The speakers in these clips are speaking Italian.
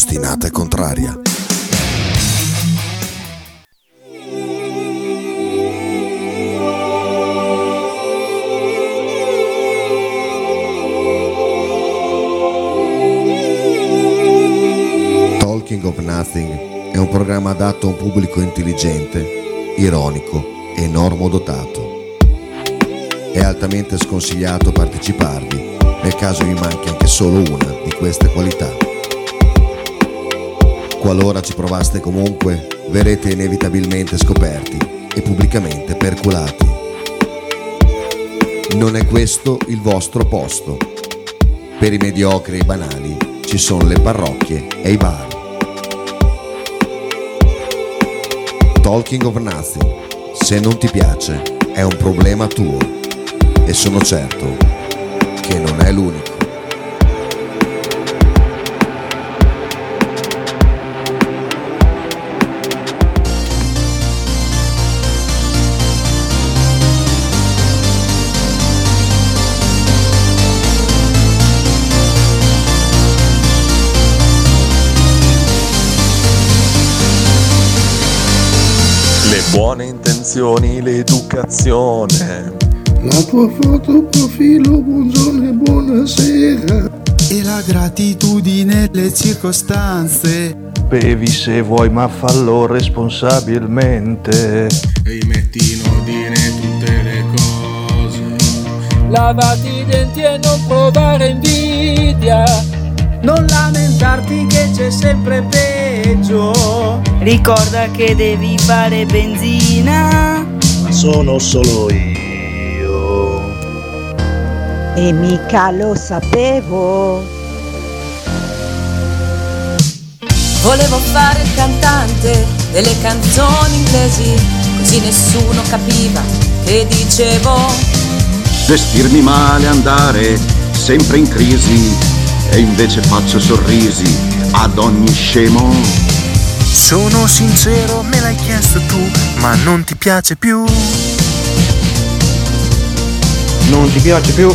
ostinata e contraria. Talking of Nothing è un programma adatto a un pubblico intelligente, ironico e normodotato. È altamente sconsigliato parteciparvi nel caso vi manchi anche solo una di queste qualità. Qualora ci provaste comunque, verrete inevitabilmente scoperti e pubblicamente perculati. Non è questo il vostro posto. Per i mediocri e i banali ci sono le parrocchie e i bar. Talking of Nothing, se non ti piace, è un problema tuo e sono certo che non è l'unico. Le buone intenzioni, l'educazione, la tua foto profilo, buongiorno e buonasera, e la gratitudine, le circostanze. bevi se vuoi ma fallo responsabilmente. e metti in ordine tutte le cose. Lavati i denti e non provare invidia. Non lamentarti che c'è sempre peggio. Ricorda che devi fare benzina. Ma sono solo io. E mica lo sapevo. Volevo fare il cantante delle canzoni inglesi, così nessuno capiva che dicevo. Vestirmi male, andare sempre in crisi, e invece faccio sorrisi ad ogni scemo. Sono sincero, me l'hai chiesto tu, ma non ti piace più. Non ti piace più?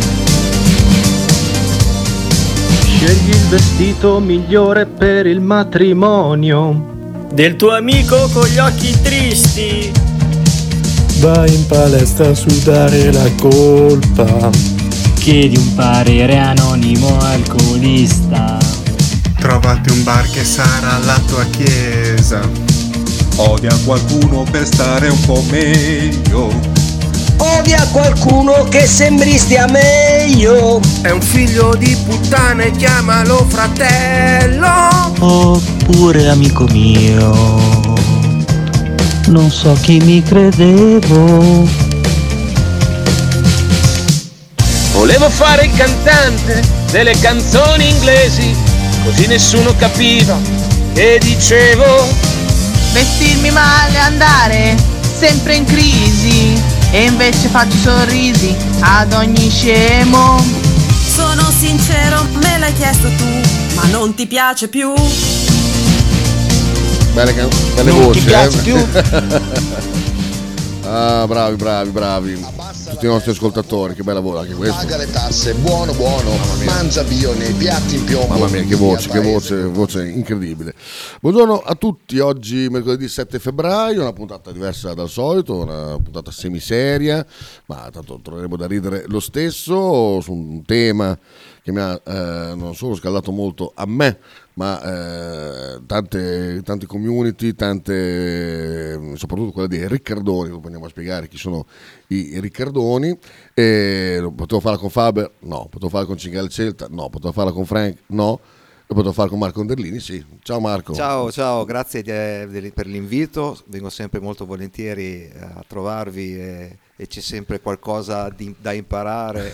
Scegli il vestito migliore per il matrimonio del tuo amico con gli occhi tristi. Vai in palestra a sudare la colpa. Chiedi un parere anonimo alcolista. Trovati un bar che sarà la tua chiesa. Odia qualcuno per stare un po' meglio. Odia qualcuno che sembri stia meglio. È un figlio di puttana e chiamalo fratello. Oppure amico mio, non so chi mi credevo. Volevo fare il cantante delle canzoni inglesi, così nessuno capiva che dicevo. Vestirmi male, andare sempre in crisi, e invece faccio sorrisi ad ogni scemo. Sono sincero, me l'hai chiesto tu, ma non ti piace più. Belle non voci, ti piace più? Ah, bravi. Tutti i nostri ascoltatori, che bella voce anche questo. Paga le tasse, buono, mangia bio nei piatti in piombo. Mamma mia, che voce incredibile. Buongiorno a tutti, oggi mercoledì 7 febbraio, una puntata diversa dal solito, una puntata semiseria, ma tanto troveremo da ridere lo stesso, su un tema che mi ha non solo scaldato molto a me, ma tante community, soprattutto quella dei Riccardoni. Poi andiamo a spiegare chi sono i Riccardoni. Potevo farla con Faber? No. Potevo farla con Cinghiale Celta? No. Potevo farla con Frank? No. Lo potevo fare con Marco Anderlini? Sì. Ciao Marco. Ciao, grazie per l'invito. Vengo sempre molto volentieri a trovarvi e c'è sempre qualcosa da imparare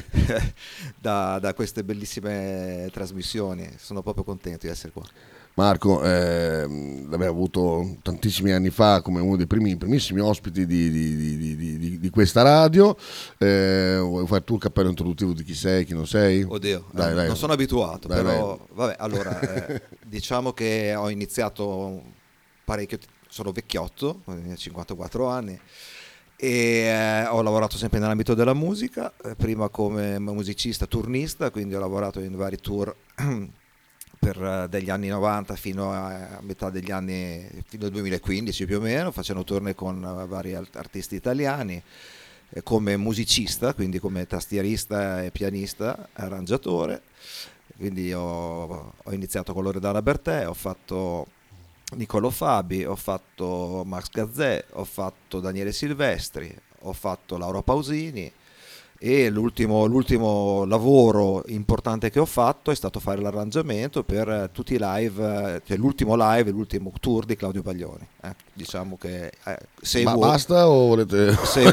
da queste bellissime trasmissioni. Sono proprio contento di essere qua. Marco, l'abbiamo avuto tantissimi anni fa come uno dei primissimi ospiti di questa radio. Vuoi fare tu il cappello introduttivo di chi sei, chi non sei? Oddio, dai. non sono abituato, però dai. Vabbè, allora diciamo che ho iniziato parecchio, sono vecchiotto, ho 54 anni e ho lavorato sempre nell'ambito della musica, prima come musicista turnista, quindi ho lavorato in vari tour dagli anni 90 fino a metà degli anni, fino al 2015 più o meno, facendo tournée con vari artisti italiani, come musicista, quindi come tastierista e pianista, arrangiatore. Quindi ho iniziato con Loredana Bertè, ho fatto Niccolò Fabi, ho fatto Max Gazzè, ho fatto Daniele Silvestri, ho fatto Laura Pausini, e l'ultimo lavoro importante che ho fatto è stato fare l'arrangiamento per tutti i live, cioè l'ultimo tour di Claudio Baglioni. Diciamo che seguo. Ma basta o volete?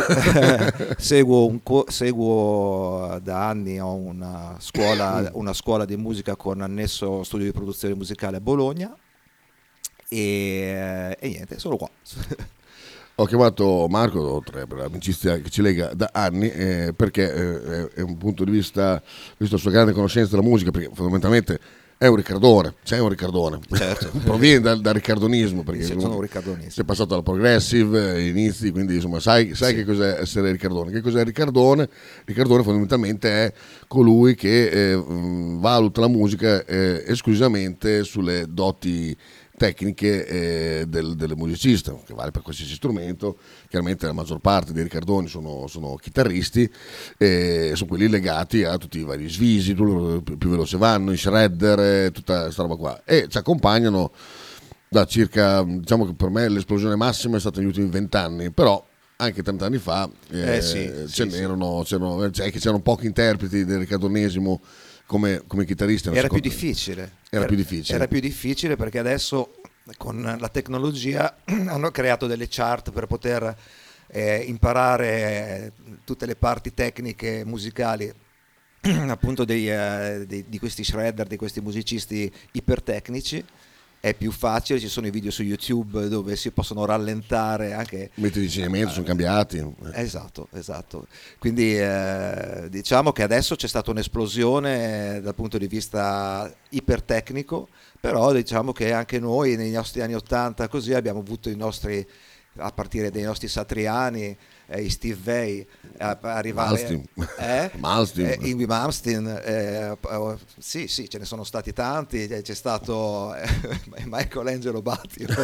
Seguo da anni, ho una scuola di musica con annesso studio di produzione musicale a Bologna, e niente, sono qua. Ho chiamato Marco, per l'amicizia che ci lega da anni, perché è un punto di vista, visto la sua grande conoscenza della musica, perché fondamentalmente è un riccardone, certo. Proviene dal riccardonismo, perché sono un riccardonista. si è passato alla progressive, inizi, quindi insomma sai che cos'è essere riccardone. Che cos'è il riccardone? Il riccardone fondamentalmente è colui che valuta la musica esclusivamente sulle doti tecniche del musicista, che vale per qualsiasi strumento. Chiaramente la maggior parte dei riccardoni sono chitarristi, sono quelli legati a tutti i vari svisi, più veloce vanno, i shredder, tutta questa roba qua, e ci accompagnano da circa, diciamo che per me l'esplosione massima è stata negli ultimi 20 anni, però anche 30 anni fa c'erano pochi interpreti del riccardonesimo come chitarristi. Era più difficile perché adesso con la tecnologia hanno creato delle chart per poter imparare tutte le parti tecniche musicali appunto di questi shredder, di questi musicisti ipertecnici. È più facile, ci sono i video su YouTube dove si possono rallentare anche. I metodi di insegnamento sono cambiati. Esatto. Quindi diciamo che adesso c'è stata un'esplosione dal punto di vista ipertecnico, però diciamo che anche noi nei nostri anni 80 così abbiamo avuto i nostri, a partire dai nostri Satriani, i Steve Vai, arrivare Malmsteen, Yngwie Malmsteen, sì, ce ne sono stati tanti, c'è stato Michelangelo Battiro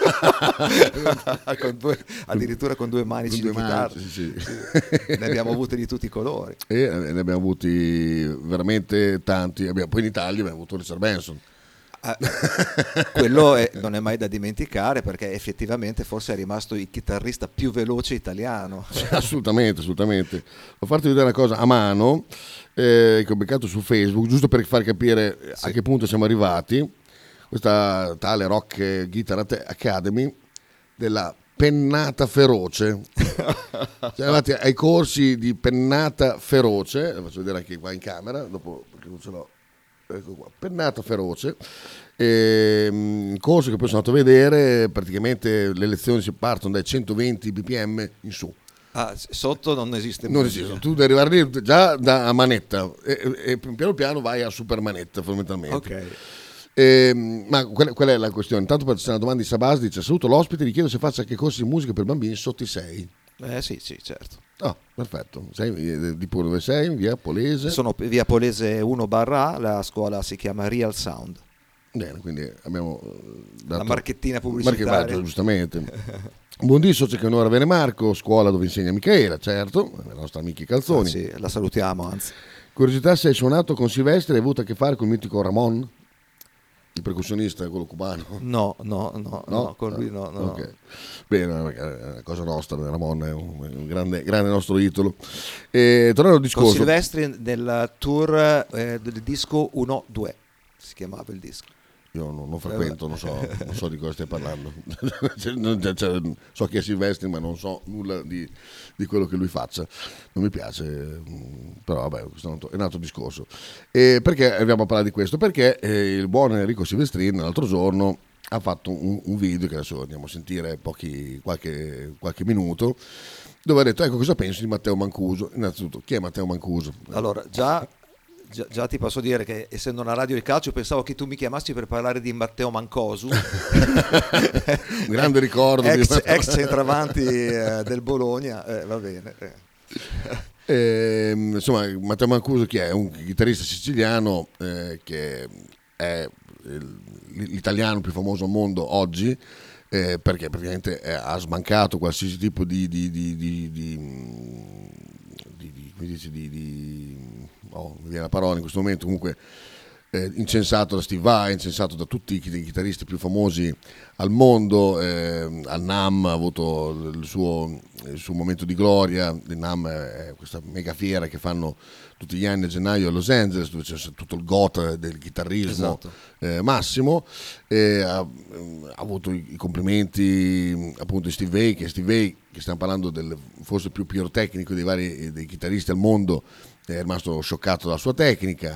addirittura con due manici di chitarra. Sì. Ne abbiamo avuti di tutti i colori, e ne abbiamo avuti veramente tanti. Poi in Italia abbiamo avuto Richard Benson. Quello non è mai da dimenticare, perché effettivamente forse è rimasto il chitarrista più veloce italiano. Assolutamente. Ho farti vedere una cosa a mano che ho beccato su Facebook, giusto per far capire a che punto siamo arrivati. Questa tale Rock Guitar Academy della pennata feroce. Siamo arrivati ai corsi di pennata feroce, lo faccio vedere anche qua in camera dopo, perché non ce l'ho. Ecco qua, pennata feroce, corso che poi sono andato a vedere. Praticamente le lezioni si partono dai 120 bpm in su. Sotto non esiste. Tu devi arrivare lì già da manetta e piano piano vai a super manetta fondamentalmente. Ok. Ma qual è la questione? Intanto per una domanda di Sabas, dice: saluto l'ospite, gli chiedo se faccia anche corsi di musica per bambini sotto i 6. Sì, certo. Perfetto. Di pure dove sei? In via Polese? Sono via Polese 1/A, la scuola si chiama Real Sound. Bene, quindi abbiamo dato la marchettina pubblicitaria. Giustamente. Buondì, socio che onore avere Marco, scuola dove insegna Michela, certo, la nostra amica Calzoni. Sì, la salutiamo, anzi. Curiosità, se hai suonato con Silvestri, hai avuto a che fare con il mitico Ramon? Il percussionista, quello cubano? No, con lui no. Okay. Bene, è una cosa nostra, Ramon è un grande nostro idolo. Tornando al discorso. Con Silvestri nel tour del disco 1-2 si chiamava il disco. Io non frequento, non so di cosa stai parlando. So chi è Silvestri, ma non so nulla di quello che lui faccia. Non mi piace, però vabbè, questo è un altro discorso. Perché arriviamo a parlare di questo? Perché il buon Enrico Silvestrini l'altro giorno ha fatto un video che adesso andiamo a sentire qualche minuto, dove ha detto: ecco cosa penso di Matteo Mancuso. Innanzitutto, chi è Matteo Mancuso? Allora, già ti posso dire che, essendo una radio di calcio, pensavo che tu mi chiamassi per parlare di Matteo Mancosu. Un grande ricordo, ex centravanti del Bologna. Va bene. Insomma, Matteo Mancuso chi è? Un chitarrista siciliano che è l'italiano più famoso al mondo oggi, perché praticamente ha sbancato qualsiasi tipo di mi viene la parola in questo momento, comunque incensato da Steve Vai, incensato da tutti i chitarristi più famosi al mondo. Al NAMM ha avuto il suo momento di gloria. Il NAMM è questa mega fiera che fanno tutti gli anni a gennaio a Los Angeles, dove c'è tutto il goth del chitarrismo, massimo. Ha avuto i complimenti appunto di Steve Vai, che stiamo parlando del forse più pirotecnico dei chitarristi al mondo, è rimasto scioccato dalla sua tecnica.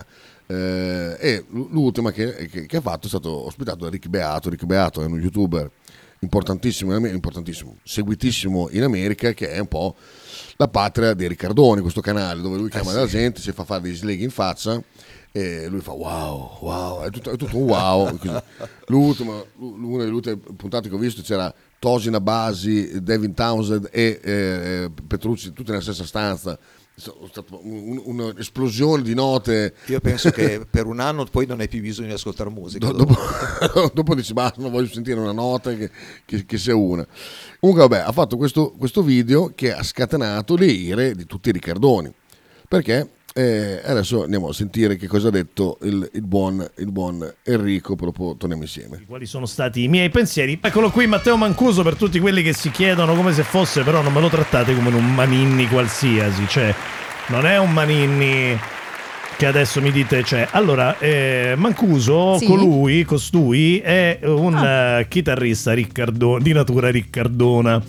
E l'ultima che ha fatto è stato ospitato da Rick Beato. Rick Beato è uno youtuber importantissimo, seguitissimo in America, che è un po' la patria dei Riccardoni, questo canale dove lui chiama la gente, si fa fare dei sleghi in faccia e lui fa wow, è tutto un wow. Una delle ultime puntate che ho visto c'era Tosin Abasi, Devin Townsend e Petrucci tutti nella stessa stanza. È stata un'esplosione di note. Io penso che per un anno poi non hai più bisogno di ascoltare musica. Dopo dici basta, non voglio sentire una nota che sia una. Comunque vabbè, ha fatto questo video che ha scatenato le ire di tutti i Riccardoni, perché adesso andiamo a sentire che cosa ha detto il buon Enrico, proprio torniamo insieme. Quali sono stati i miei pensieri? Eccolo qui Matteo Mancuso, per tutti quelli che si chiedono come se fosse, però non me lo trattate come un Maninni qualsiasi, cioè non è un Maninni che adesso mi dite, cioè, allora Mancuso, sì. Costui è un chitarrista di natura riccardona,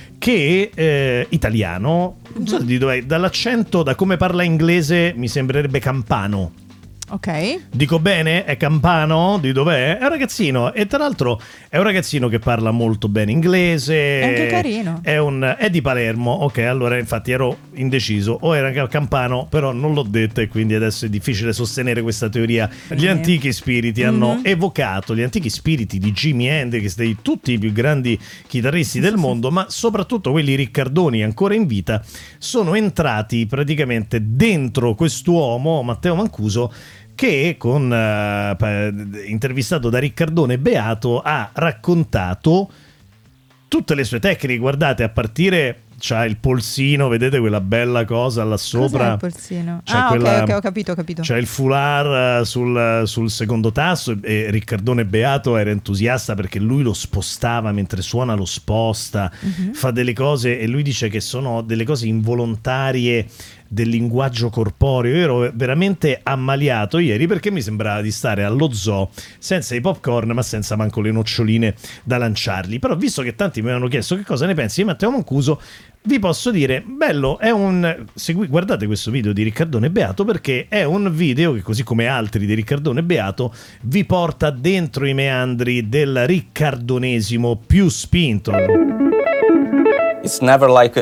che italiano, non so di dov'è, dall'accento, da come parla inglese mi sembrerebbe campano. Ok. Dico bene? È campano? Di dov'è? È un ragazzino, e tra l'altro è un ragazzino che parla molto bene inglese. È anche carino. È di Palermo. Ok, allora infatti ero indeciso, o era campano, però non l'ho detto e quindi adesso è difficile sostenere questa teoria. Gli antichi spiriti hanno evocato, gli antichi spiriti di Jimi Hendrix, di tutti i più grandi chitarristi del mondo, ma soprattutto quelli riccardoni ancora in vita, sono entrati praticamente dentro quest'uomo, Matteo Mancuso, che intervistato da Riccardone Beato ha raccontato tutte le sue tecniche. Guardate, a partire c'ha il polsino, vedete quella bella cosa là sopra. Cos'è il polsino? Ok, ho capito. C'è il foulard sul secondo tasto, e Riccardone Beato era entusiasta perché lui lo spostava mentre suona, lo sposta, fa delle cose, e lui dice che sono delle cose involontarie del linguaggio corporeo. Io ero veramente ammaliato ieri perché mi sembrava di stare allo zoo senza i popcorn ma senza manco le noccioline da lanciargli. Però visto che tanti mi avevano chiesto che cosa ne pensi di Matteo Mancuso, vi posso dire, bello, guardate questo video di Riccardone Beato, perché è un video che, così come altri di Riccardone Beato, vi porta dentro i meandri del riccardonesimo più spinto. It's never like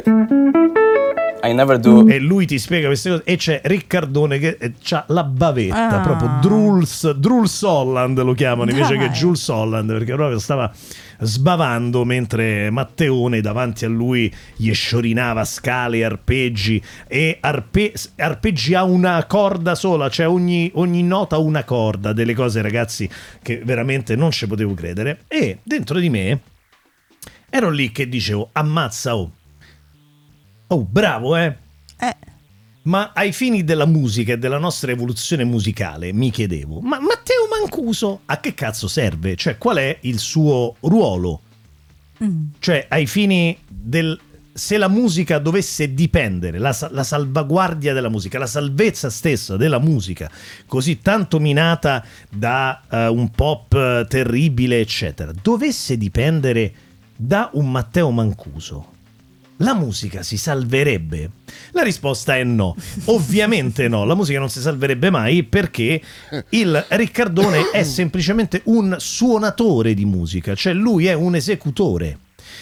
I never do. E lui ti spiega queste cose, e c'è Riccardone che c'ha la bavetta, proprio Druls Holland lo chiamano invece che Jules Holland, perché proprio stava sbavando mentre Matteone davanti a lui gli sciorinava scale e arpeggi, e arpeggi a una corda sola, cioè ogni nota una corda, delle cose, ragazzi, che veramente non ci potevo credere. E dentro di me ero lì che dicevo, ammazza, bravo, ma ai fini della musica e della nostra evoluzione musicale mi chiedevo, ma Matteo Mancuso a che cazzo serve? Cioè, qual è il suo ruolo? Cioè, ai fini se la musica dovesse dipendere, la salvaguardia della musica, la salvezza stessa della musica, così tanto minata da un pop terribile, eccetera, dovesse dipendere da un Matteo Mancuso, la musica si salverebbe? La risposta è no, ovviamente no, la musica non si salverebbe mai, perché il Riccardone è semplicemente un suonatore di musica, cioè lui è un esecutore,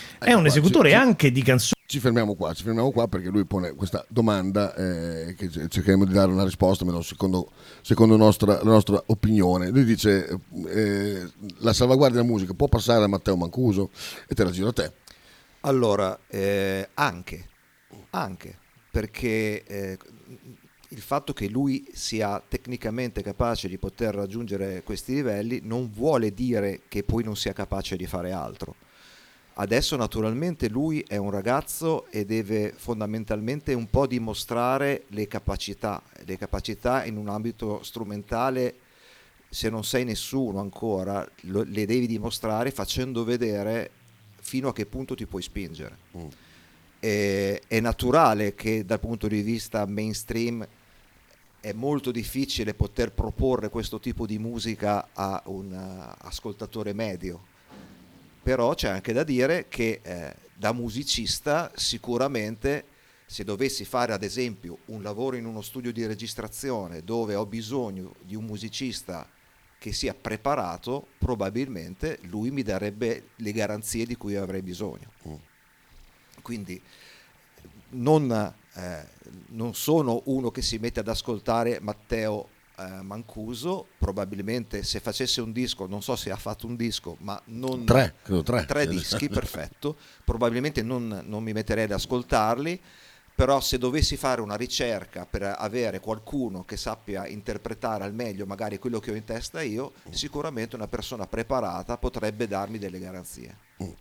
anche di canzoni. Ci fermiamo qua perché lui pone questa domanda che cercheremo di dare una risposta, almeno secondo la nostra opinione. Lui dice la salvaguardia della musica può passare a Matteo Mancuso, e te la giro a te. Allora, anche perché il fatto che lui sia tecnicamente capace di poter raggiungere questi livelli non vuole dire che poi non sia capace di fare altro. Adesso naturalmente lui è un ragazzo e deve fondamentalmente un po' dimostrare le capacità in un ambito strumentale. Se non sei nessuno ancora, le devi dimostrare facendo vedere fino a che punto ti puoi spingere. È naturale che dal punto di vista mainstream è molto difficile poter proporre questo tipo di musica a un ascoltatore medio, però c'è anche da dire che da musicista sicuramente, se dovessi fare ad esempio un lavoro in uno studio di registrazione dove ho bisogno di un musicista che sia preparato, probabilmente lui mi darebbe le garanzie di cui avrei bisogno. Quindi non sono uno che si mette ad ascoltare Matteo Mancuso. Probabilmente se facesse un disco, non so se ha fatto un disco, ma non tre dischi, perfetto, probabilmente non mi metterei ad ascoltarli. Però se dovessi fare una ricerca per avere qualcuno che sappia interpretare al meglio magari quello che ho in testa io, sicuramente una persona preparata potrebbe darmi delle garanzie.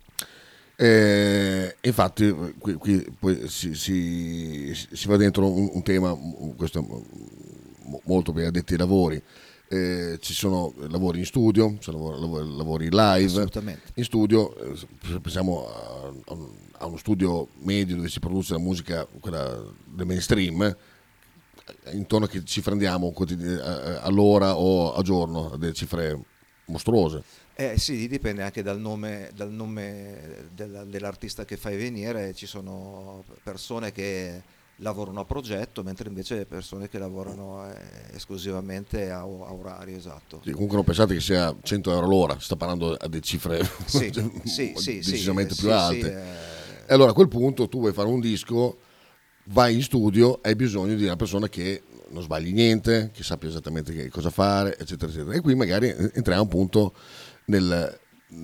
Infatti qui poi si va dentro un tema, questo molto ben addetti ai lavori. Ci sono lavori in studio, ci sono lavori live. In studio pensiamo a uno studio medio dove si produce la musica, quella del mainstream, intorno a che cifre andiamo all'ora o a giorno, delle cifre mostruose. Sì, dipende anche dal nome dell'artista che fai venire. Ci sono persone che lavorano a progetto, mentre invece persone che lavorano esclusivamente a orario, esatto. Sì, comunque non pensate che sia 100 euro l'ora, si sta parlando a delle cifre decisamente più alte. E allora a quel punto tu vuoi fare un disco, vai in studio, hai bisogno di una persona che non sbagli niente, che sappia esattamente che cosa fare, eccetera, eccetera. E qui magari entriamo appunto nel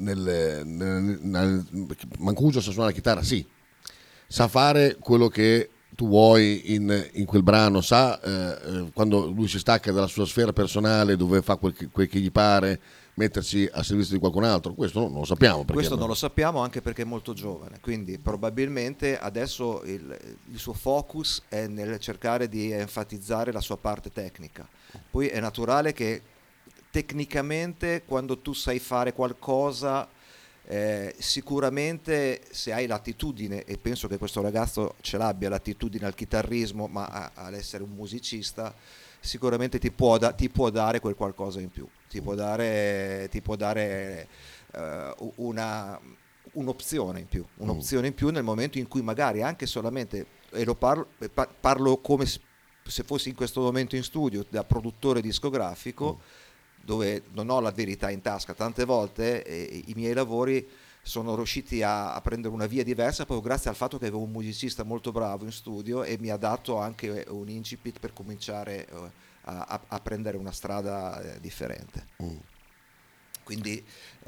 Mancuso sa suonare la chitarra, sì, sa fare quello che tu vuoi in quel brano, sa quando lui si stacca dalla sua sfera personale dove fa quel che gli pare, mettersi a servizio di qualcun altro. Questo non lo sappiamo. Questo non lo sappiamo anche perché è molto giovane, quindi probabilmente adesso il suo focus è nel cercare di enfatizzare la sua parte tecnica. Poi è naturale che tecnicamente quando tu sai fare qualcosa, sicuramente se hai l'attitudine, e penso che questo ragazzo ce l'abbia l'attitudine al chitarrismo, ma all'essere un musicista, sicuramente ti può dare quel qualcosa in più, ti può dare un'opzione in più nel momento in cui magari anche solamente, e lo parlo come se fossi in questo momento in studio da produttore discografico, dove non ho la verità in tasca. Tante volte i miei lavori sono riusciti a prendere una via diversa proprio grazie al fatto che avevo un musicista molto bravo in studio e mi ha dato anche un incipit per cominciare a prendere una strada differente. Quindi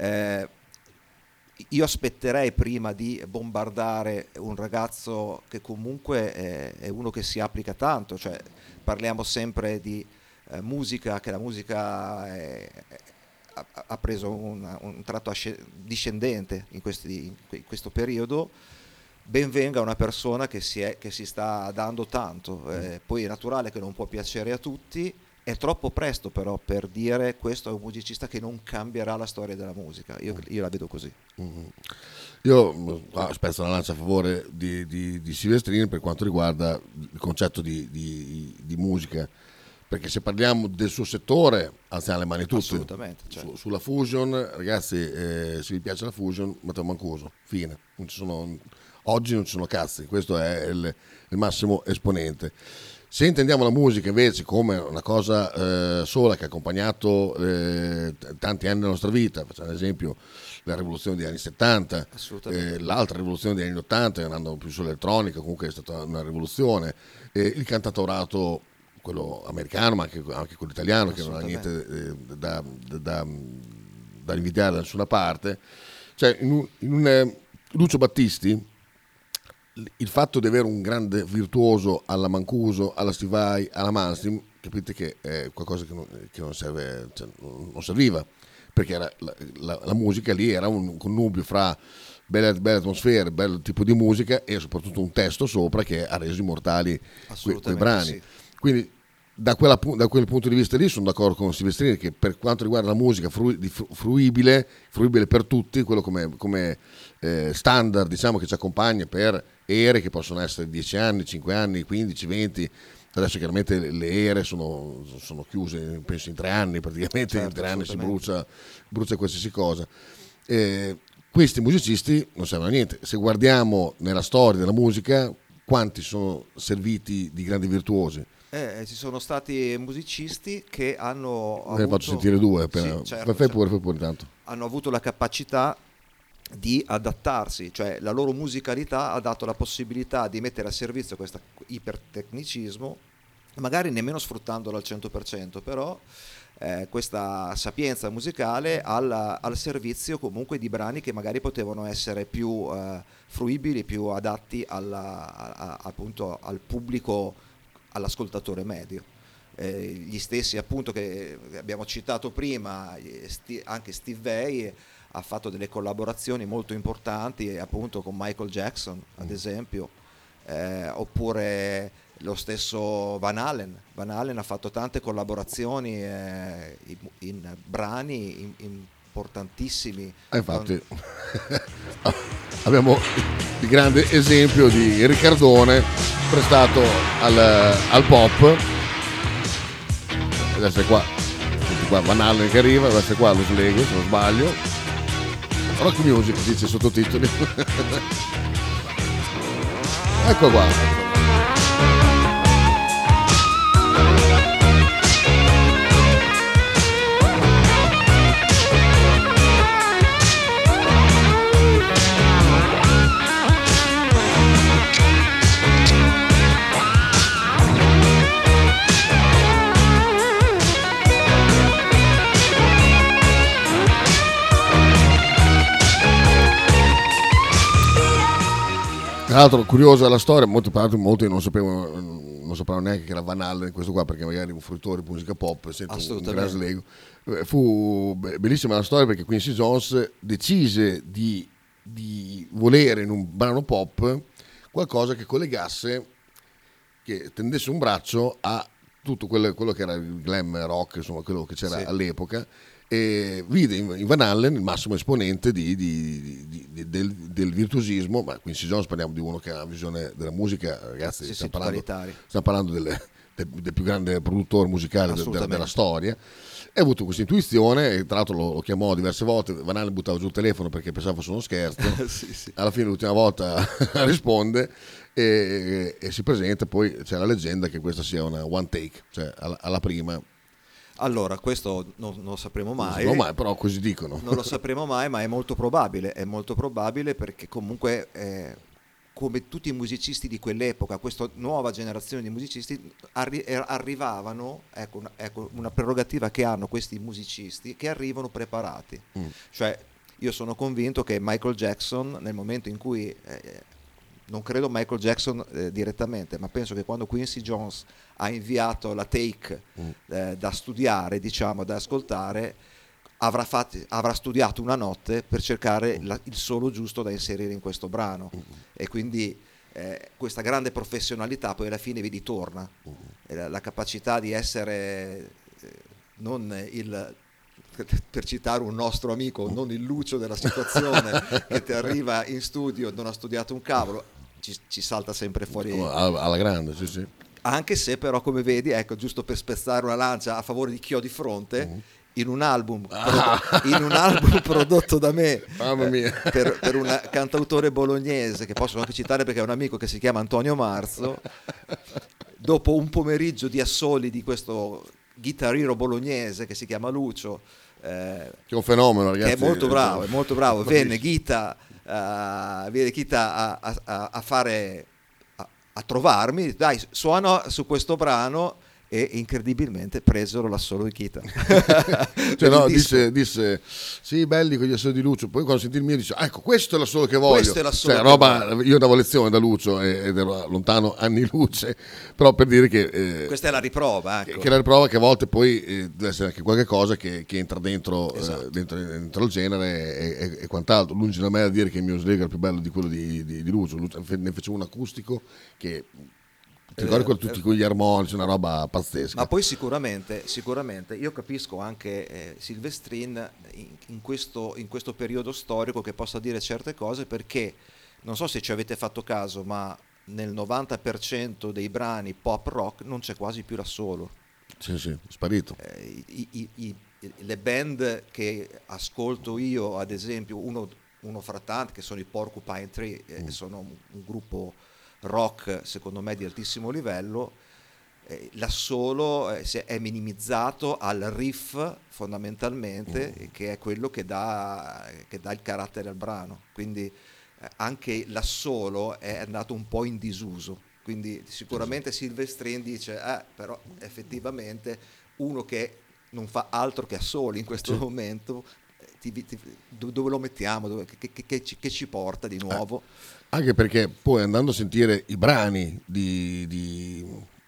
io aspetterei prima di bombardare un ragazzo che comunque è uno che si applica tanto, cioè parliamo sempre di musica, che la musica ha preso un tratto discendente in questo periodo. Ben venga una persona che si sta dando tanto, poi è naturale che non può piacere a tutti, è troppo presto però per dire questo è un musicista che non cambierà la storia della musica. Io la vedo così. Io spezzo una lancia a favore di Silvestrini per quanto riguarda il concetto di musica, perché se parliamo del suo settore alziamo le mani tutti. Assolutamente, certo. Sulla fusion, ragazzi, se vi piace la fusion, Matteo Mancuso, fine. Oggi non ci sono cazzi, questo è il massimo esponente. Se intendiamo la musica invece come una cosa sola che ha accompagnato tanti anni della nostra vita, facciamo ad esempio la rivoluzione degli anni 70, l'altra rivoluzione degli anni 80, andando più sull'elettronica, comunque è stata una rivoluzione, il cantautorato, quello americano ma anche quello italiano, che non ha niente da invidiare da nessuna parte. Cioè in un Lucio Battisti il fatto di avere un grande virtuoso alla Mancuso, alla Steve Vai, alla Malmsteen, capite che è qualcosa che non serve, cioè, non serviva, perché era la musica lì era un connubio fra belle atmosfere, bel tipo di musica e soprattutto un testo sopra che ha reso immortali quei brani. Sì. Quindi da quel punto di vista lì sono d'accordo con Silvestrini che per quanto riguarda la musica fruibile per tutti, quello come standard, diciamo, che ci accompagna per ere che possono essere 10 anni, 5 anni, 15, 20. Adesso chiaramente le ere sono chiuse, penso in 3 anni praticamente, in 3 anni si brucia qualsiasi cosa. Questi musicisti non servono a niente. Se guardiamo nella storia della musica, quanti sono serviti di grandi virtuosi? Ci sono stati musicisti che hanno ne faccio sentire due appena. Sì, certo, fai pure tanto. Hanno avuto la capacità di adattarsi, cioè la loro musicalità ha dato la possibilità di mettere a servizio questo ipertecnicismo, magari nemmeno sfruttandolo al 100%, però questa sapienza musicale al servizio comunque di brani che magari potevano essere più fruibili, più adatti appunto al pubblico, all'ascoltatore medio. Gli stessi appunto che abbiamo citato prima, anche Steve Vai ha fatto delle collaborazioni molto importanti appunto con Michael Jackson ad esempio, oppure lo stesso Van Halen ha fatto tante collaborazioni in brani importantissimi. Infatti abbiamo il grande esempio di Riccardone prestato al pop. Adesso è qua Van Halen che arriva, adesso è qua lo Slego se non sbaglio, rock music dice sottotitoli. Ecco qua. Tra l'altro curiosa la storia, molti non sapevano neanche che era Van Halen questo qua, perché magari un fruitore di musica pop sente un gran Slego. Fu bellissima la storia perché Quincy Jones decise di volere in un brano pop qualcosa che collegasse, che tendesse un braccio a tutto quello che era il glam rock, insomma quello che c'era all'epoca, e vide in Van Halen il massimo esponente del virtuosismo. Ma Quincy Jones, parliamo di uno che ha una visione della musica, ragazzi, stiamo parlando del più grande produttore musicale della storia. E ha avuto questa intuizione e tra l'altro lo chiamò diverse volte. Van Halen buttava giù il telefono perché pensava fosse uno scherzo. sì. Alla fine l'ultima volta risponde e si presenta. Poi c'è la leggenda che questa sia una one take, cioè alla prima. Allora, questo non lo sapremo mai. Non lo sapremo mai, però così dicono. Non lo sapremo mai, ma è molto probabile perché comunque come tutti i musicisti di quell'epoca, questa nuova generazione di musicisti arrivavano, ecco una prerogativa che hanno questi musicisti, che arrivano preparati. Cioè, io sono convinto che Michael Jackson, nel momento in cui non credo Michael Jackson direttamente, ma penso che quando Quincy Jones ha inviato la take da studiare, diciamo, da ascoltare, avrà studiato una notte per cercare il solo giusto da inserire in questo brano. E quindi questa grande professionalità poi alla fine vedi torna. La capacità di essere non per citare un nostro amico, non il Lucio della situazione che ti arriva in studio, non ha studiato un cavolo, ci salta sempre fuori alla grande, sì. Anche se però, come vedi, ecco, giusto per spezzare una lancia a favore di chi ho di fronte, in un album prodotto da me per un cantautore bolognese che posso anche citare perché è un amico che si chiama Antonio Marzo, dopo un pomeriggio di assoli di questo chitarrino bolognese che si chiama Lucio, che è un fenomeno, ragazzi, che è molto bravo, viene Ghita a trovarmi, dai, suona su questo brano e incredibilmente presero l'assolo di Kita. Cioè, no, disse sì, belli con gli assoli di Lucio, poi quando sentì il mio dice ecco, questo è l'assolo che voglio. Questo è l'assolo cioè, che roba, io davo lezione da Lucio ed ero lontano anni luce, però per dire che questa è la riprova, ecco. che è la riprova che a volte poi deve essere anche qualche cosa che entra dentro, Esatto. dentro il genere e quant'altro. Lungi da me a dire che il mio Slayer è più bello di quello di Lucio. Ne facevo un acustico che ti ricordi quello tutti con gli armonici, una roba pazzesca. Ma poi sicuramente io capisco anche Silvestrin in questo periodo storico che possa dire certe cose, perché non so se ci avete fatto caso, ma nel 90% dei brani pop rock non c'è quasi più l'assolo. Sì, è sparito. Le band che ascolto io, ad esempio, uno fra tanti, che sono i Porcupine Tree, sono un gruppo rock secondo me di altissimo livello, l'assolo è minimizzato al riff fondamentalmente, che è quello che dà il carattere al brano, quindi anche l'assolo è andato un po' in disuso, quindi sicuramente Silvestrin dice però effettivamente uno che non fa altro che assoli in questo momento, dove lo mettiamo, che ci porta di nuovo? Anche perché poi andando a sentire i brani di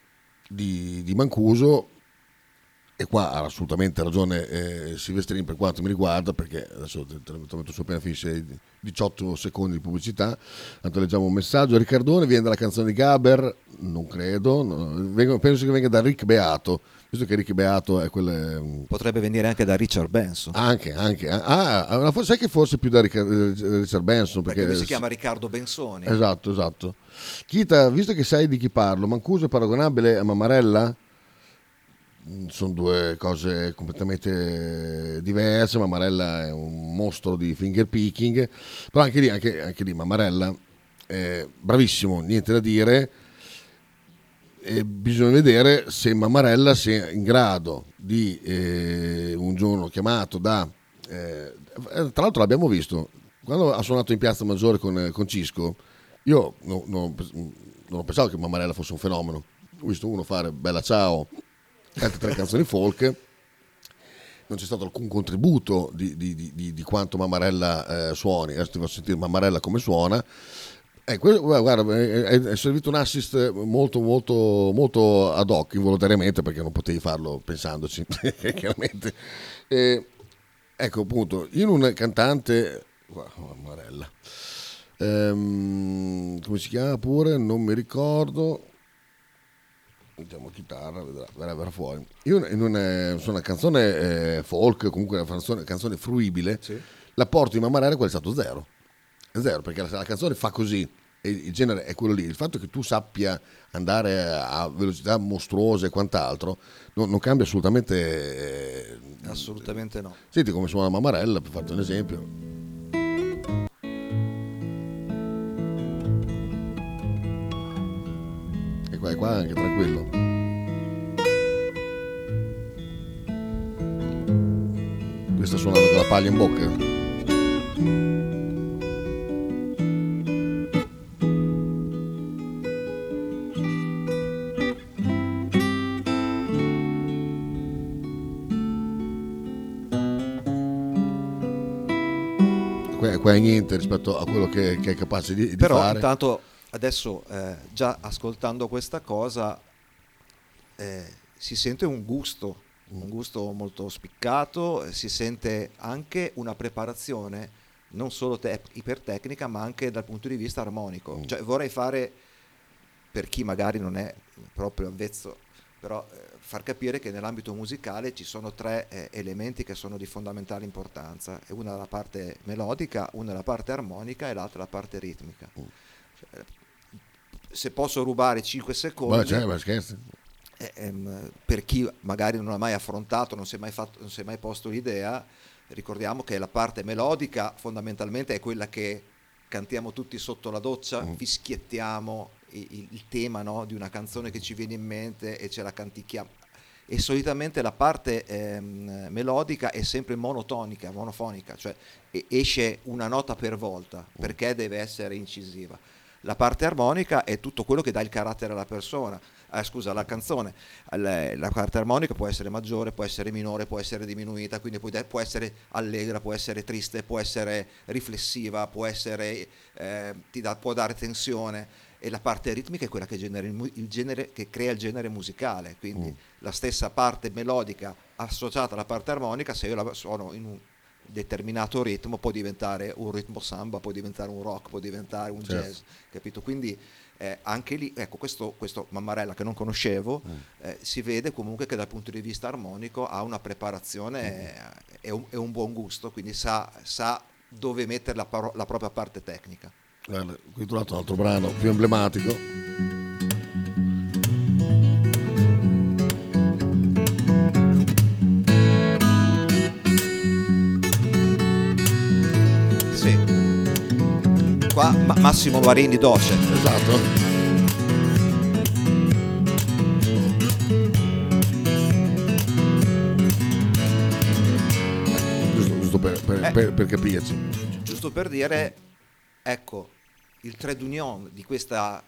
Mancuso, e qua ha assolutamente ragione Silvestrin per quanto mi riguarda, perché adesso te lo metto su appena finisce 18 secondi di pubblicità. Tanto leggiamo un messaggio. Riccardone viene dalla canzone di Gaber? Non credo, penso che venga da Rick Beato, visto che Rick Beato è quel... Potrebbe venire anche da Richard Benson. Anche. Sai che forse più da Richard Benson, perché lui si chiama Riccardo Bensoni. Esatto. Kita, visto che sai di chi parlo, Mancuso è paragonabile a Mammarella? Sono due cose completamente diverse. Mammarella è un mostro di finger picking, però anche lì Mammarella è bravissimo, niente da dire. E bisogna vedere se Mammarella sia in grado di un giorno chiamato tra l'altro l'abbiamo visto quando ha suonato in Piazza Maggiore con Cisco. Io non pensavo che Mammarella fosse un fenomeno. Ho visto uno fare Bella Ciao, altre 3 canzoni folk, non c'è stato alcun contributo di quanto Mammarella suoni. Adesso ti faccio sentire Mammarella come suona. Guarda, è servito un assist molto molto molto ad hoc, involontariamente, perché non potevi farlo pensandoci chiaramente. Ecco, appunto, in un cantante Mammarella, come si chiama pure, non mi ricordo, mettiamo chitarra, verrà fuori. Io su una canzone folk, comunque una canzone fruibile, sì, l'apporto di Mammarella è stato zero, perché la canzone fa così e il genere è quello lì. Il fatto che tu sappia andare a velocità mostruose e quant'altro non cambia assolutamente. Assolutamente no. Senti come suona Mammarella, per farti un esempio. E qua anche tranquillo. Qui sta suonando con la paglia in bocca. Qua è niente rispetto a quello che è capace di però fare. Però intanto adesso già ascoltando questa cosa si sente un gusto molto spiccato, si sente anche una preparazione non solo ipertecnica ma anche dal punto di vista armonico. Cioè, vorrei fare, per chi magari non è proprio avvezzo, però far capire che nell'ambito musicale ci sono 3 elementi che sono di fondamentale importanza: una la parte melodica, una la parte armonica e l'altra la parte ritmica. Cioè, se posso rubare 5 secondi, ma scherzi. Per chi magari non ha mai affrontato, non si è mai posto l'idea, ricordiamo che la parte melodica fondamentalmente è quella che cantiamo tutti sotto la doccia, fischiettiamo il tema, no, di una canzone che ci viene in mente e ce la cantichiamo, e solitamente la parte melodica è sempre monofonica, cioè esce una nota per volta perché deve essere incisiva. La parte armonica è tutto quello che dà il carattere alla persona. la canzone, la parte armonica può essere maggiore, può essere minore, può essere diminuita, quindi può essere allegra, può essere triste, può essere riflessiva, può essere può dare tensione. E la parte ritmica è quella che genera il genere, che crea il genere musicale, quindi la stessa parte melodica associata alla parte armonica, se io la suono in un determinato ritmo, può diventare un ritmo samba, può diventare un rock, può diventare un jazz, capito? Quindi anche lì, ecco, questo Mammarella che non conoscevo, si vede comunque che dal punto di vista armonico ha una preparazione e un buon gusto, quindi sa dove mettere la propria parte tecnica. Guarda, qui ho trovato un altro brano più emblematico. Sì. Qua Massimo Varini Doce. Esatto. Giusto per capirci. Giusto per dire, ecco, il trait d'union di questa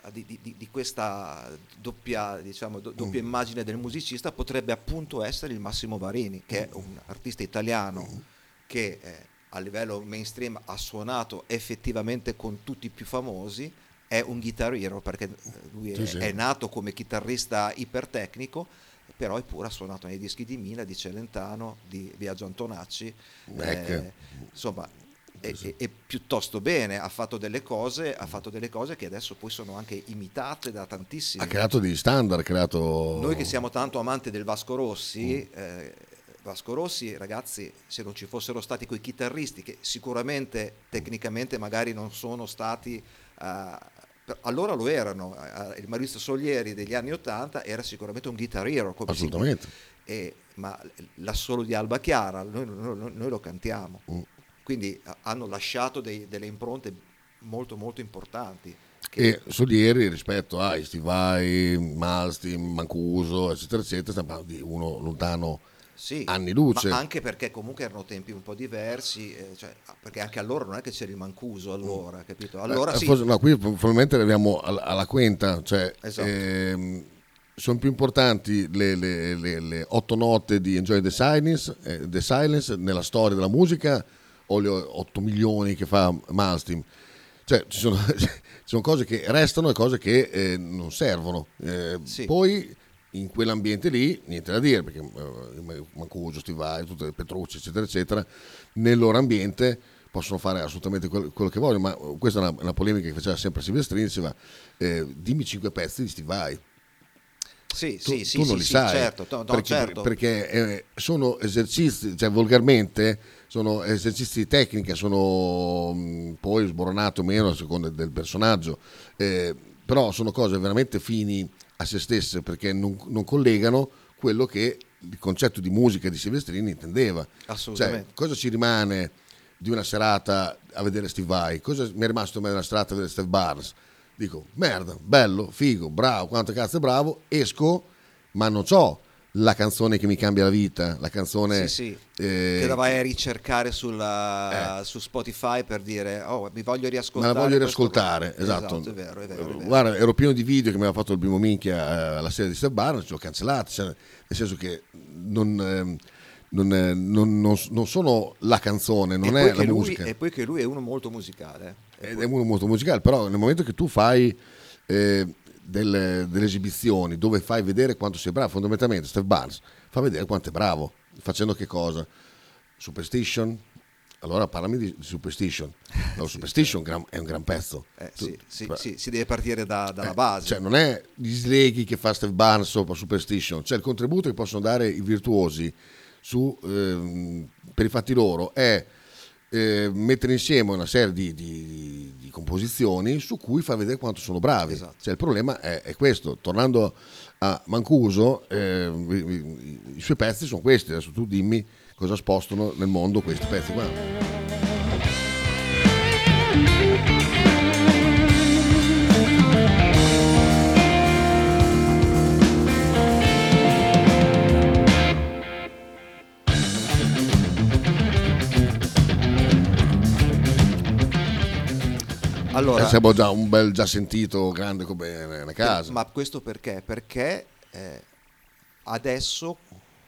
doppia, diciamo, doppia immagine del musicista potrebbe appunto essere il Massimo Varini, che è un artista italiano che a livello mainstream ha suonato effettivamente con tutti i più famosi, è un guitar hero perché lui è nato come chitarrista ipertecnico, però eppure ha suonato nei dischi di Mina, di Celentano, di Biagio Antonacci, insomma. E piuttosto bene, ha fatto delle cose che adesso poi sono anche imitate da tantissimi. Ha creato degli standard, Noi che siamo tanto amanti del Vasco Rossi, ragazzi, se non ci fossero stati quei chitarristi che sicuramente tecnicamente magari non sono stati allora lo erano, il Maurizio Solieri degli anni '80 era sicuramente un guitar hero, assolutamente. Ma l'assolo di Alba Chiara noi lo cantiamo. Quindi hanno lasciato delle impronte molto molto importanti. E Solieri rispetto a Steve Vai, Malmsteen, Mancuso, eccetera, eccetera, stiamo parlando di uno lontano anni luce. Ma anche perché comunque erano tempi un po' diversi, perché anche allora non è che c'era il Mancuso allora, capito? Allora qui probabilmente arriviamo alla quinta, cioè esatto. Sono più importanti le 8 note di Enjoy the Silence nella storia della musica o le 8 milioni che fa Malmsteen. Cioè ci sono cose che restano e cose che non servono. Poi in quell'ambiente lì niente da dire, perché Mancuso, Steve Vai, tutte le Petrucci, eccetera eccetera, nel loro ambiente possono fare assolutamente quello che vogliono. Ma questa è una polemica che faceva sempre Silvestrini, diceva dimmi 5 pezzi di Steve Vai. Tu non li sai, certo, certo. Perché sono esercizi, cioè volgarmente sono esercizi di tecnica, sono poi sboronato o meno a seconda del personaggio, però sono cose veramente fini a se stesse, perché non collegano quello che il concetto di musica di Silvestrini intendeva. Assolutamente. Cioè, cosa ci rimane di una serata a vedere Steve Vai? Cosa mi è rimasto di una serata a vedere Steve Barnes? Dico, merda, bello, figo, bravo, quanto cazzo è bravo, esco, ma non c'ho la canzone che mi cambia la vita, la canzone che la vai a ricercare su Spotify per dire mi voglio riascoltare. Ma la voglio riascoltare, esatto. È vero. Guarda, ero pieno di video che mi aveva fatto il primo minchia alla serie di Steve Barnes, li ho cancellati, cioè, nel senso che non sono la canzone, non è la musica. E poi che lui è uno molto musicale. È uno molto musicale, però nel momento che tu fai delle esibizioni dove fai vedere quanto sei bravo, fondamentalmente Steve Barnes fa vedere quanto è bravo, facendo che cosa? Superstition? Allora parlami di Superstition. No, Superstition è un gran pezzo. Si deve partire dalla base. Cioè non è gli sleghi che fa Steve Barnes sopra Superstition, cioè il contributo che possono dare i virtuosi per i fatti loro è mettere insieme una serie di composizioni su cui fa vedere quanto sono bravi. Esatto. Cioè, il problema è questo. Tornando a Mancuso, i suoi pezzi sono questi. Adesso tu dimmi cosa spostano nel mondo questi pezzi qua. Allora, siamo già un bel già sentito grande come una casa. Ma questo perché? Perché adesso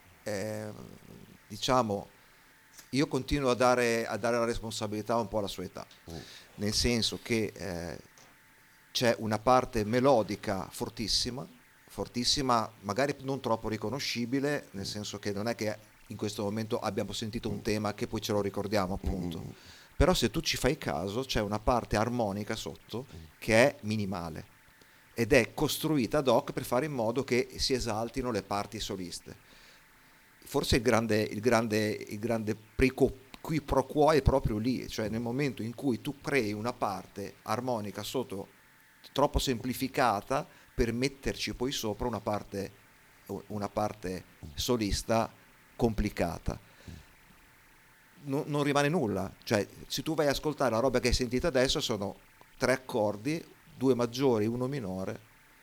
diciamo io continuo a dare la responsabilità un po' alla sua età, nel senso che c'è una parte melodica fortissima, magari non troppo riconoscibile, nel senso che non è che in questo momento abbiamo sentito un tema che poi ce lo ricordiamo, appunto. Però se tu ci fai caso c'è una parte armonica sotto che è minimale ed è costruita ad hoc per fare in modo che si esaltino le parti soliste. Forse il grande qui pro quo è proprio lì, cioè nel momento in cui tu crei una parte armonica sotto troppo semplificata per metterci poi sopra una parte solista complicata. Non rimane nulla, cioè se tu vai a ascoltare la roba che hai sentito adesso sono 3 accordi, 2 maggiori, 1 minore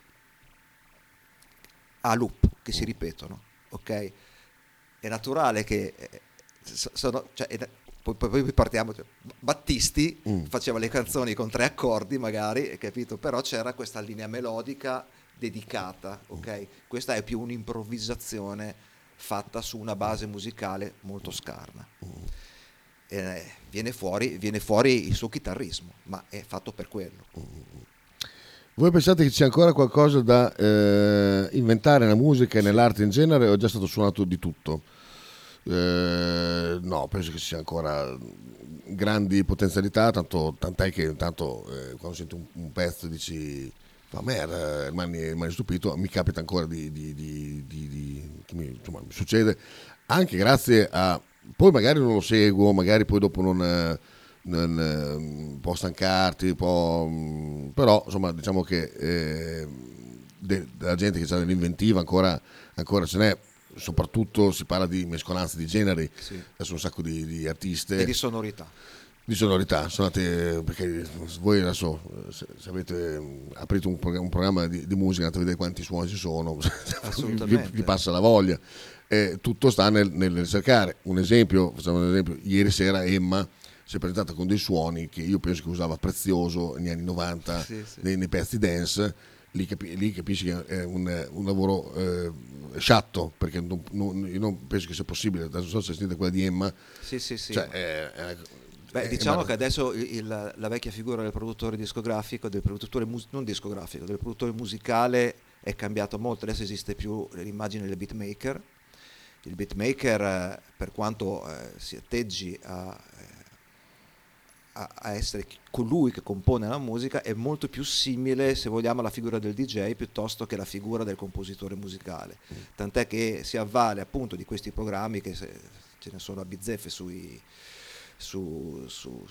a loop che si ripetono, ok? È naturale che poi partiamo, cioè, Battisti faceva le canzoni con 3 accordi magari, capito? Però c'era questa linea melodica dedicata, ok? Questa è più un'improvvisazione fatta su una base musicale molto scarna. Viene fuori il suo chitarrismo, ma è fatto per quello. Voi pensate che c'è ancora qualcosa da inventare nella musica e nell'arte in genere, o è già stato suonato di tutto? No, penso che ci sia ancora grandi potenzialità, tant'è che intanto quando sento un pezzo dici a me rimani stupito, mi capita ancora insomma, mi succede anche grazie a, poi magari non lo seguo, magari poi dopo non può stancarti, però insomma diciamo che della gente che ha dell'inventiva ancora ce n'è, soprattutto si parla di mescolanza di generi, sì. Adesso un sacco di artiste e di sonorità suonate, perché voi adesso se avete aprito un programma di musica, andate a vedere quanti suoni ci sono, vi passa la voglia, tutto sta nel cercare facciamo un esempio, ieri sera Emma si è presentata con dei suoni che io penso che usava Prezioso negli anni 90 nei pezzi dance. Lì capisci che è un lavoro sciatto, perché io non penso che sia possibile. Adesso non so se sentite quella di Emma. Sì. Cioè, diciamo che adesso la vecchia figura del produttore discografico, del produttore musicale è cambiato molto. Adesso esiste più l'immagine del beatmaker. Il beatmaker, per quanto si atteggi a essere colui che compone la musica, è molto più simile, se vogliamo, alla figura del DJ piuttosto che la figura del compositore musicale, tant'è che si avvale appunto di questi programmi che ce ne sono a bizzeffe su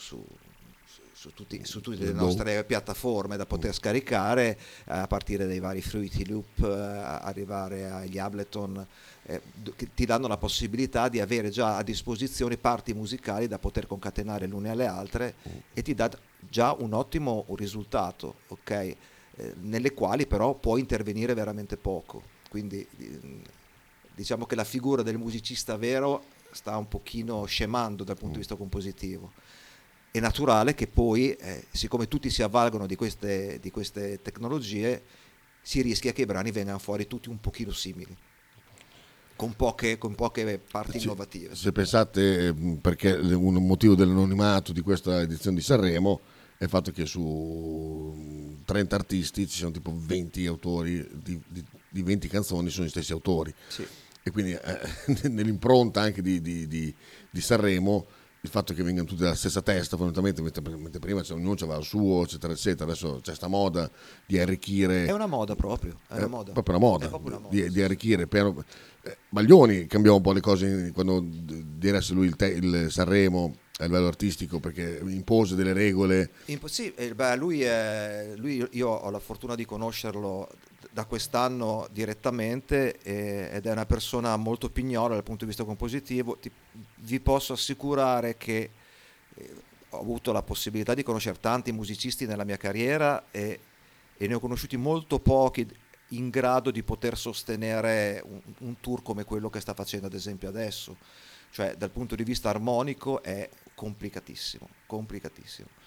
tutte le nostre piattaforme da poter scaricare, a partire dai vari Fruity Loop, arrivare agli Ableton, che ti danno la possibilità di avere già a disposizione parti musicali da poter concatenare l'une alle altre, e ti dà già un ottimo risultato, ok? Nelle quali però puoi intervenire veramente poco, quindi diciamo che la figura del musicista vero sta un pochino scemando dal punto di vista compositivo. È naturale che poi, siccome tutti si avvalgono di queste tecnologie, si rischia che i brani vengano fuori tutti un pochino simili, con poche parti innovative. Se pensate, perché un motivo dell'anonimato di questa edizione di Sanremo è il fatto che su 30 artisti ci sono tipo 20 autori di 20 canzoni, sono gli stessi autori. Sì. E quindi nell'impronta anche di Sanremo, il fatto che vengano tutti dalla stessa testa, fondamentalmente, mentre prima ognuno aveva il suo, eccetera, eccetera, adesso c'è sta moda di arricchire. È una moda proprio, proprio una moda di arricchire. Baglioni cambiò un po' le cose quando diresse lui il Sanremo a livello artistico, perché impose delle regole. Lui io ho la fortuna di conoscerlo da quest'anno direttamente, ed è una persona molto pignola dal punto di vista compositivo. Vi posso assicurare che ho avuto la possibilità di conoscere tanti musicisti nella mia carriera, e ne ho conosciuti molto pochi in grado di poter sostenere un tour come quello che sta facendo ad esempio adesso. Cioè dal punto di vista armonico è complicatissimo.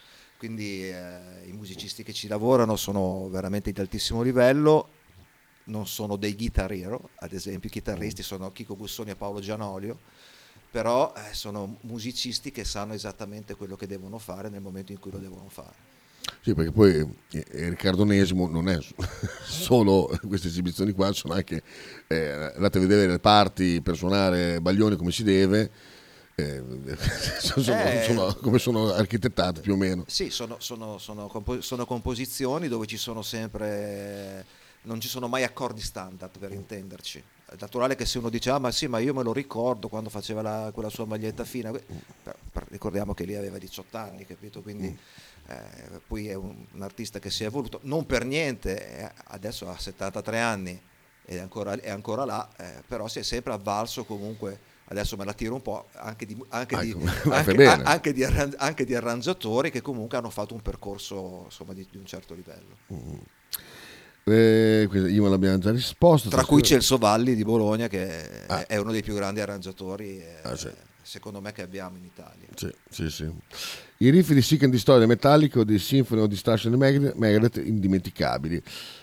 quindi i musicisti che ci lavorano sono veramente di altissimo livello, non sono dei guitar hero, ad esempio i chitarristi sono Chico Gussoni e Paolo Gianolio, però sono musicisti che sanno esattamente quello che devono fare nel momento in cui lo devono fare. Sì, perché poi Riccardo Onesimo non è solo queste esibizioni qua, sono anche andate a vedere le parti per suonare Baglioni come si deve, come sono architettate più o meno. Sì, sono composizioni dove ci sono sempre, non ci sono mai accordi standard, per intenderci. È naturale che se uno dice ma sì, ma io me lo ricordo quando faceva quella sua maglietta fina, ricordiamo che lì aveva 18 anni, capito? Quindi poi è un artista che si è evoluto, non per niente adesso ha 73 anni ed è ancora là, però si è sempre avvalso comunque, adesso me la tiro un po', anche di arrangiatori che comunque hanno fatto un percorso, insomma, di un certo livello. Io me l'abbiamo già risposto. Tra cui c'è il Sovalli di Bologna, che è uno dei più grandi arrangiatori, sì, secondo me, che abbiamo in Italia. Sì. I riff di Sick and Destroy Metallica o di Symphony of Destruction di Megadeth indimenticabili.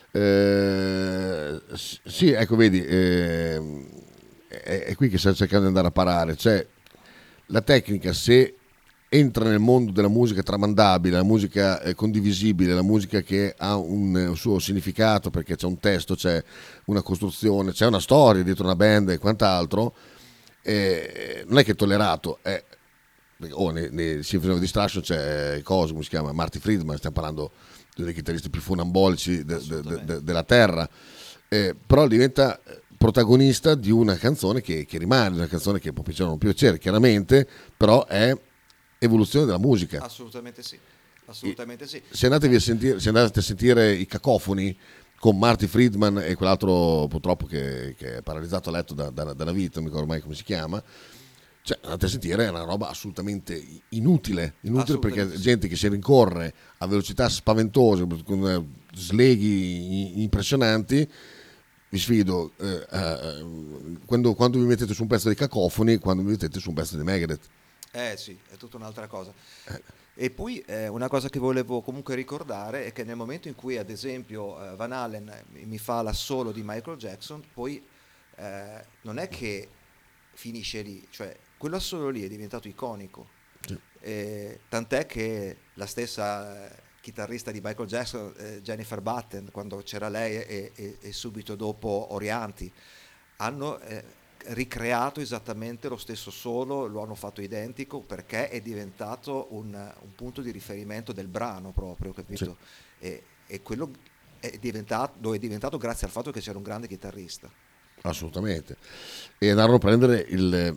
Sì, ecco, vedi, è qui che sta cercando di andare a parare. Cioè, la tecnica, se entra nel mondo della musica tramandabile, la musica condivisibile, la musica che ha un suo significato perché c'è un testo, c'è una costruzione, c'è una storia dietro una band e quant'altro, non è che è tollerato. Nei Symphony of Destruction c'è come si chiama? Marty Friedman, stiamo parlando dei chitarristi più funambolici della terra, però diventa protagonista di una canzone che rimane, una canzone che può piacere o non piacere, chiaramente, però è evoluzione della musica. Assolutamente sì. Se andate a sentire i Cacofoni con Marty Friedman e quell'altro purtroppo che è paralizzato a letto dalla vita, non mi ricordo mai come si chiama, cioè andate a sentire, è una roba assolutamente inutile perché gente che si rincorre a velocità spaventose con slaghi impressionanti. Vi sfido, quando vi mettete su un pezzo di Cacofoni, quando vi mettete su un pezzo di Megadeth. Sì, è tutta un'altra cosa. E poi una cosa che volevo comunque ricordare è che nel momento in cui, ad esempio, Van Halen mi fa l'assolo di Michael Jackson, poi non è che finisce lì, cioè quello assolo lì è diventato iconico. Sì. Tant'è che la stessa chitarrista di Michael Jackson, Jennifer Batten, quando c'era lei e subito dopo Orianti, hanno ricreato esattamente lo stesso solo, lo hanno fatto identico perché è diventato un punto di riferimento del brano proprio, capito? Sì. E quello è diventato grazie al fatto che c'era un grande chitarrista. Assolutamente. E andarono a prendere il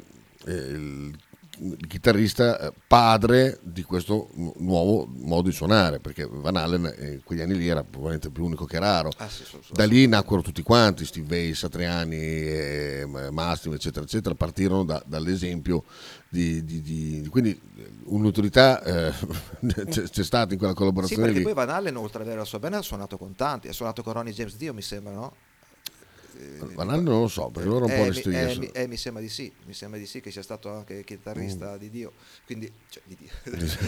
chitarrista padre di questo nuovo modo di suonare, perché Van Halen in quegli anni lì era probabilmente più unico che raro. Da lì nacquero tutti quanti, Steve Vai, Satriani, Massimo, eccetera eccetera, partirono dall'esempio quindi un'utilità c'è stata in quella collaborazione. Sì, perché lì. Poi Van Halen, oltre ad avere la sua band, ha suonato con tanti, ha suonato con Ronnie James Dio, mi sembra, no? Van Halen non lo so, perché loro un po' le mi sembra di sì che sia stato anche chitarrista di Dio, quindi di Dio.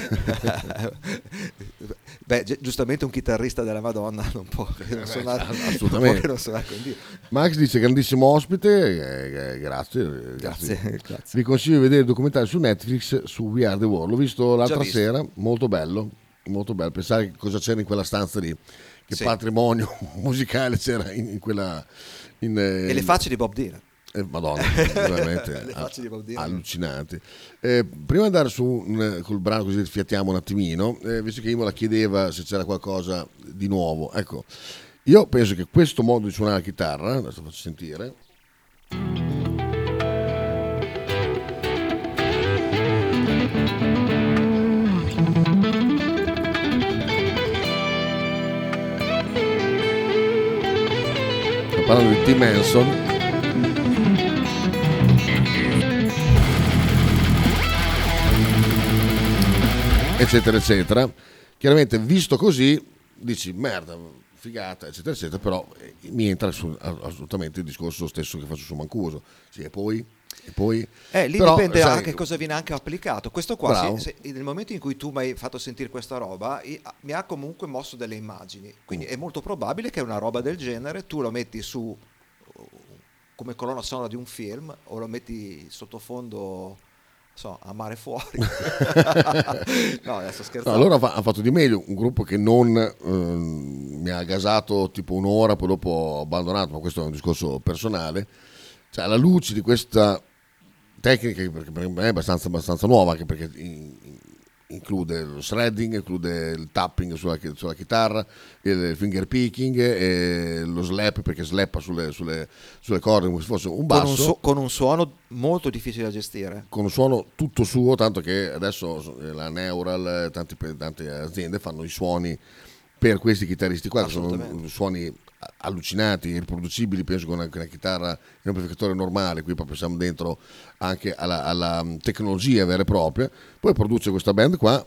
Beh, giustamente un chitarrista della Madonna non può suonare, assolutamente. Non suonare con Dio. Max dice: grandissimo ospite, grazie. Vi consiglio di vedere il documentario su Netflix su We Are The World, l'ho visto l'altra sera, molto bello, pensare cosa c'era in quella stanza lì, che patrimonio musicale c'era in quella. E le facce di Bob Dylan. Madonna, veramente le facce di Bob Dylan. Allucinanti. Prima di andare col brano, così fiattiamo un attimino, visto che Imola chiedeva se c'era qualcosa di nuovo, ecco, io penso che questo modo di suonare la chitarra, adesso faccio sentire. Parlando di Tim Henson, eccetera eccetera, chiaramente visto così dici merda, figata, eccetera eccetera, però mi entra assolutamente il discorso stesso che faccio su Mancuso. Sì, e poi E poi, lì però, dipende sai, anche cosa viene anche applicato. Questo qua, nel momento in cui tu mi hai fatto sentire questa roba, mi ha comunque mosso delle immagini. Quindi è molto probabile che una roba del genere tu lo metti su come colonna sonora di un film o lo metti sottofondo a mare fuori. No, adesso scherzando. No, allora ha fatto di meglio un gruppo che non mi ha gasato tipo un'ora, poi dopo ho abbandonato, ma questo è un discorso personale. Cioè, alla luce di questa tecnica, che per me è abbastanza nuova, anche perché include lo shredding, include il tapping sulla chitarra, il finger picking e lo slap, perché slappa sulle corde come se fosse un basso, con un suono molto difficile da gestire, con un suono tutto suo, tanto che adesso la Neural, tante aziende fanno i suoni per questi chitarristi qua, che sono suoni allucinati, irriproducibili, penso con una chitarra in un amplificatore normale. Qui proprio siamo dentro anche alla tecnologia vera e propria. Poi produce questa band qua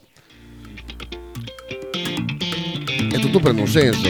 e tutto prende un senso.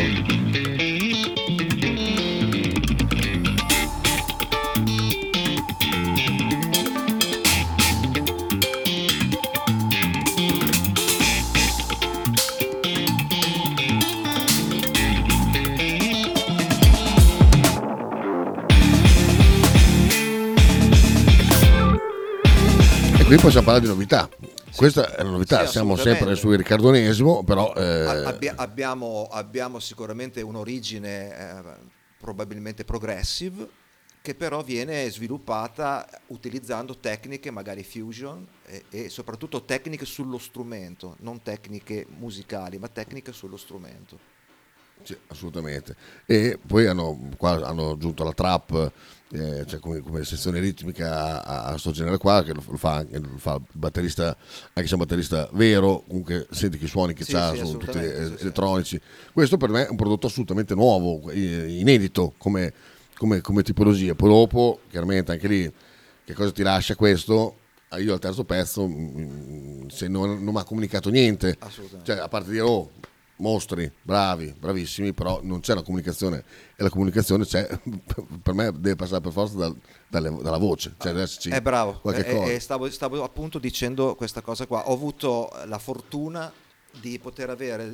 Qui possiamo parlare di novità. Questa è una novità, sì, siamo sempre sui riccardonesimo, però abbiamo sicuramente un'origine probabilmente progressive, che però viene sviluppata utilizzando tecniche magari fusion e soprattutto tecniche sullo strumento, non tecniche musicali, ma tecniche sullo strumento. Sì, assolutamente. E poi hanno aggiunto la trap, cioè come sezione ritmica a sto genere qua, che lo fa il batterista, anche se è un batterista vero, comunque senti che i suoni che c'ha sono tutti elettronici. Questo per me è un prodotto assolutamente nuovo, inedito come tipologia. Poi dopo, chiaramente anche lì, che cosa ti lascia questo? Io al terzo pezzo, se non mi ha comunicato niente, cioè, a parte dire mostri, bravissimi, però non c'è la comunicazione, e la comunicazione c'è, per me deve passare per forza dalla voce, cioè deve esserci bravo, qualche cosa. Stavo appunto dicendo questa cosa qua. Ho avuto la fortuna di poter avere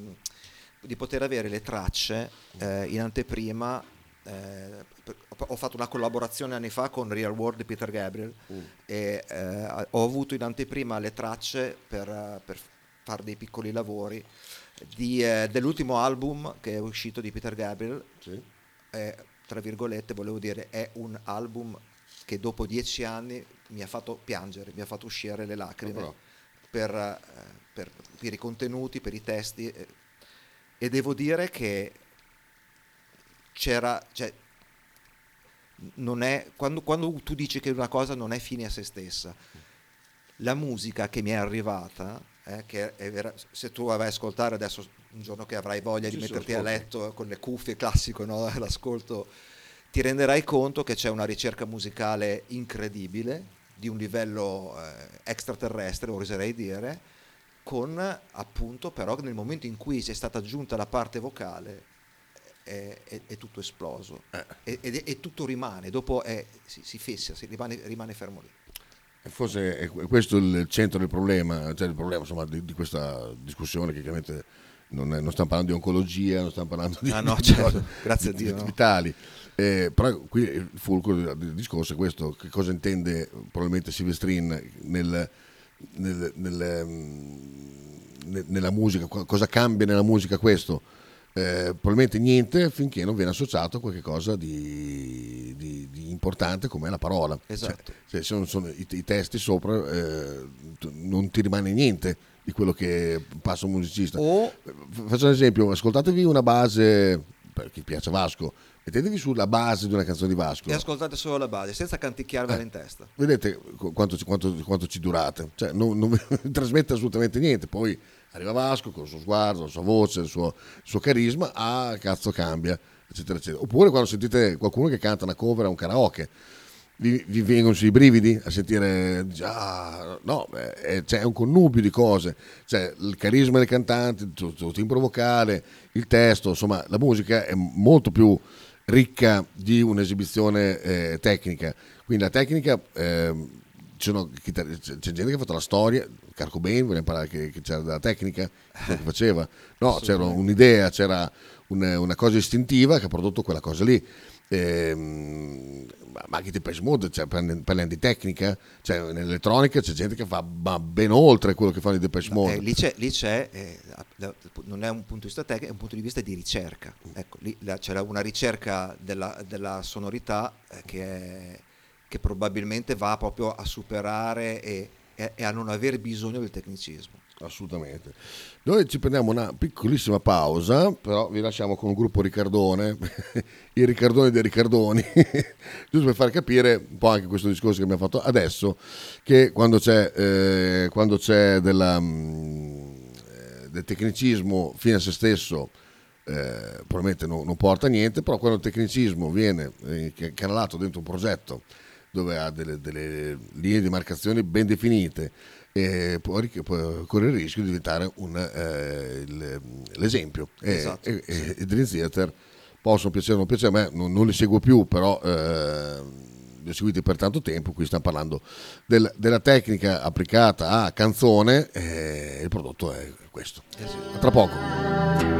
le tracce in anteprima. Ho fatto una collaborazione anni fa con Real World di Peter Gabriel e ho avuto in anteprima le tracce per fare dei piccoli lavori dell'ultimo album che è uscito di Peter Gabriel. Tra virgolette volevo dire, è un album che dopo 10 anni mi ha fatto piangere, mi ha fatto uscire le lacrime per i contenuti, per i testi, e devo dire che c'era, cioè, non è quando tu dici che una cosa non è fine a se stessa, la musica che mi è arrivata, che è se tu vai a ascoltare adesso, un giorno che avrai voglia di metterti a letto con le cuffie, classico, no? L'ascolto, ti renderai conto che c'è una ricerca musicale incredibile, di un livello extraterrestre, oserei dire, con appunto però nel momento in cui è stata aggiunta la parte vocale è tutto esploso e tutto rimane, dopo si fissa, rimane fermo lì. Forse è questo il centro del problema, cioè il problema insomma di questa discussione, che chiaramente non stiamo parlando di oncologia, non stiamo parlando di certo, grazie a Dio, vitali, però qui il fulcro del discorso è questo: che cosa intende probabilmente Silvestrin nella musica, cosa cambia nella musica questo? Probabilmente niente, finché non viene associato a qualche cosa di importante come la parola. Esatto. Cioè, se non sono i testi sopra, non ti rimane niente di quello che passa un musicista. Faccio un esempio: ascoltatevi una base, per chi piace Vasco, mettetevi sulla base di una canzone di Vasco e ascoltate solo la base senza canticchiarvela in testa. Vedete quanto ci durate, cioè non trasmette assolutamente niente. Poi arriva Vasco con il suo sguardo, la sua voce, il suo carisma, cazzo cambia, eccetera eccetera. Oppure quando sentite qualcuno che canta una cover a un karaoke, vi vengono sui brividi a sentire, c'è un connubio di cose, c'è il carisma del cantante, il timbro vocale, il testo, insomma la musica è molto più ricca di un'esibizione tecnica. Quindi la tecnica, c'è gente che ha fatto la storia, Kurt Cobain, vogliamo parlare che c'era della tecnica, quello che faceva. No, c'era un'idea, c'era una cosa istintiva che ha prodotto quella cosa lì. Ma anche Depeche Mode, cioè, parliamo di tecnica, cioè nell'elettronica c'è gente che fa ben oltre quello che fanno i Depeche Mode. Lì c'è non è un punto di vista tecnico, è un punto di vista di ricerca. Ecco, lì c'è una ricerca della sonorità che probabilmente va proprio a superare e a non avere bisogno del tecnicismo. Assolutamente. Noi ci prendiamo una piccolissima pausa, però vi lasciamo con un gruppo Riccardone, i Riccardoni dei Riccardoni, giusto per far capire un po' anche questo discorso che abbiamo fatto adesso, che quando c'è del tecnicismo fine a se stesso, probabilmente non porta a niente, però quando il tecnicismo viene canalato dentro un progetto dove ha delle linee di marcazione ben definite, e può correre il rischio di diventare l'esempio. Esatto, e Dream Theater possono piacere o non piacere, a me non li seguo più, però li ho seguiti per tanto tempo. Qui stiamo parlando della tecnica applicata a canzone, e il prodotto è questo. A tra poco.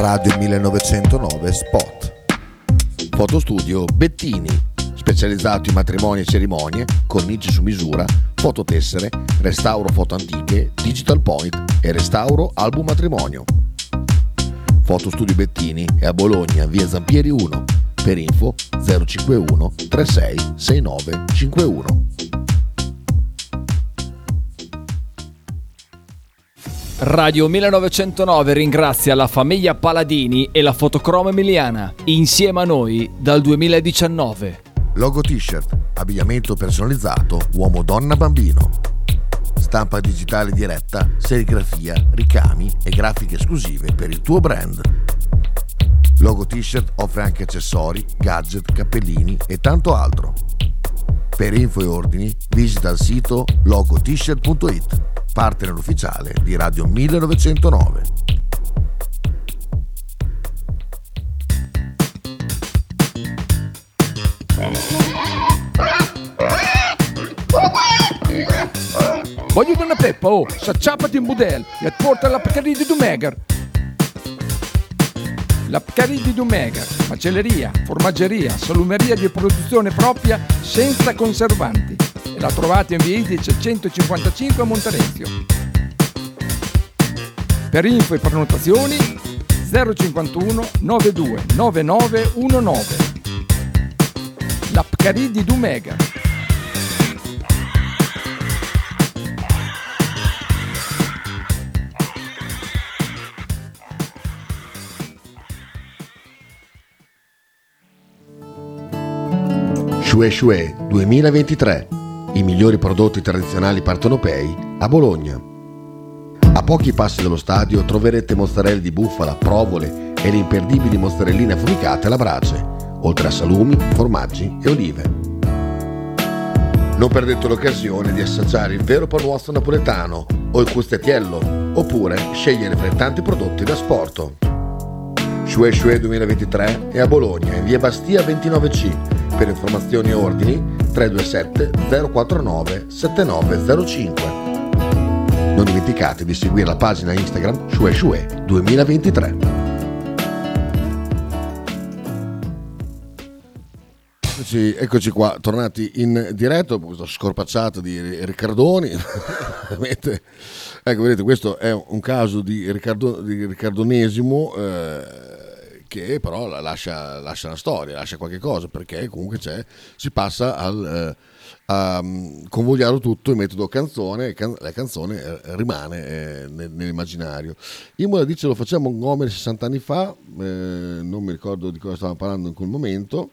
Radio 1909 Spot. Fotostudio Bettini, specializzato in matrimoni e cerimonie, cornici su misura, fototessere, restauro foto antiche, digital point e restauro album matrimonio. Fotostudio Bettini è a Bologna, via Zampieri 1. Per info 051 36 69 51. Radio 1909 ringrazia la famiglia Paladini e la Fotocromo Emiliana, insieme a noi dal 2019. Logo t-shirt, abbigliamento personalizzato uomo, donna, bambino. Stampa digitale diretta, serigrafia, ricami e grafiche esclusive per il tuo brand. Logo t-shirt offre anche accessori, gadget, cappellini e tanto altro. Per info e ordini visita il sito logotshirt.it, partner ufficiale di Radio 1909. Voglio una peppa, s'acciappati in budel e porta la Pcaridi di Dumegar. La Pcaridi di Dumegar, macelleria, formaggeria, salumeria di produzione propria senza conservanti. E la trovate in via Idice 155 a Monterezio. Per info e prenotazioni 051 92 9919. La Pcaridi di Dumegar. Shue Shue 2023. I migliori prodotti tradizionali partenopei a Bologna. A pochi passi dallo stadio troverete mozzarella di bufala, provole e le imperdibili mozzarelline affumicate alla brace, oltre a salumi, formaggi e olive. Non perdete l'occasione di assaggiare il vero panuozzo napoletano o il custettiello, oppure scegliere fra i tanti prodotti da sporto. Shue Shue 2023 è a Bologna, in via Bastia 29C. Per informazioni e ordini 327 049 7905. Non dimenticate di seguire la pagina Instagram Shue Shue 2023. Eccoci qua, tornati in diretta con questa scorpacciata di Riccardoni. Ecco, vedete, questo è un caso di riccardonesimo che però lascia la storia, lascia qualche cosa, perché comunque si passa a convogliare tutto in metodo canzone, e la canzone rimane nell'immaginario. Imola dice: lo facciamo a Montgomery 60 anni fa, non mi ricordo di cosa stavamo parlando in quel momento,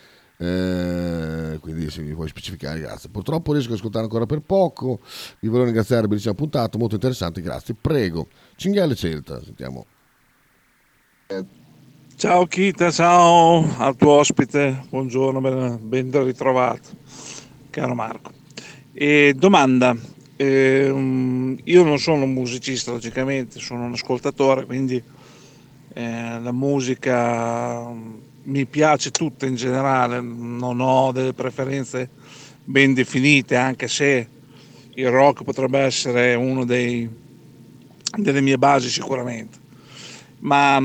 quindi se mi puoi specificare, grazie. Purtroppo riesco ad ascoltare ancora per poco, vi volevo ringraziare, bellissima puntata, molto interessante, grazie, prego. Cinghiale Celta, sentiamo. Ciao Kita, ciao al tuo ospite, buongiorno, ben ritrovato, caro Marco. Domanda, io non sono un musicista logicamente, sono un ascoltatore, quindi la musica mi piace tutta in generale, non ho delle preferenze ben definite, anche se il rock potrebbe essere uno delle mie basi sicuramente. Ma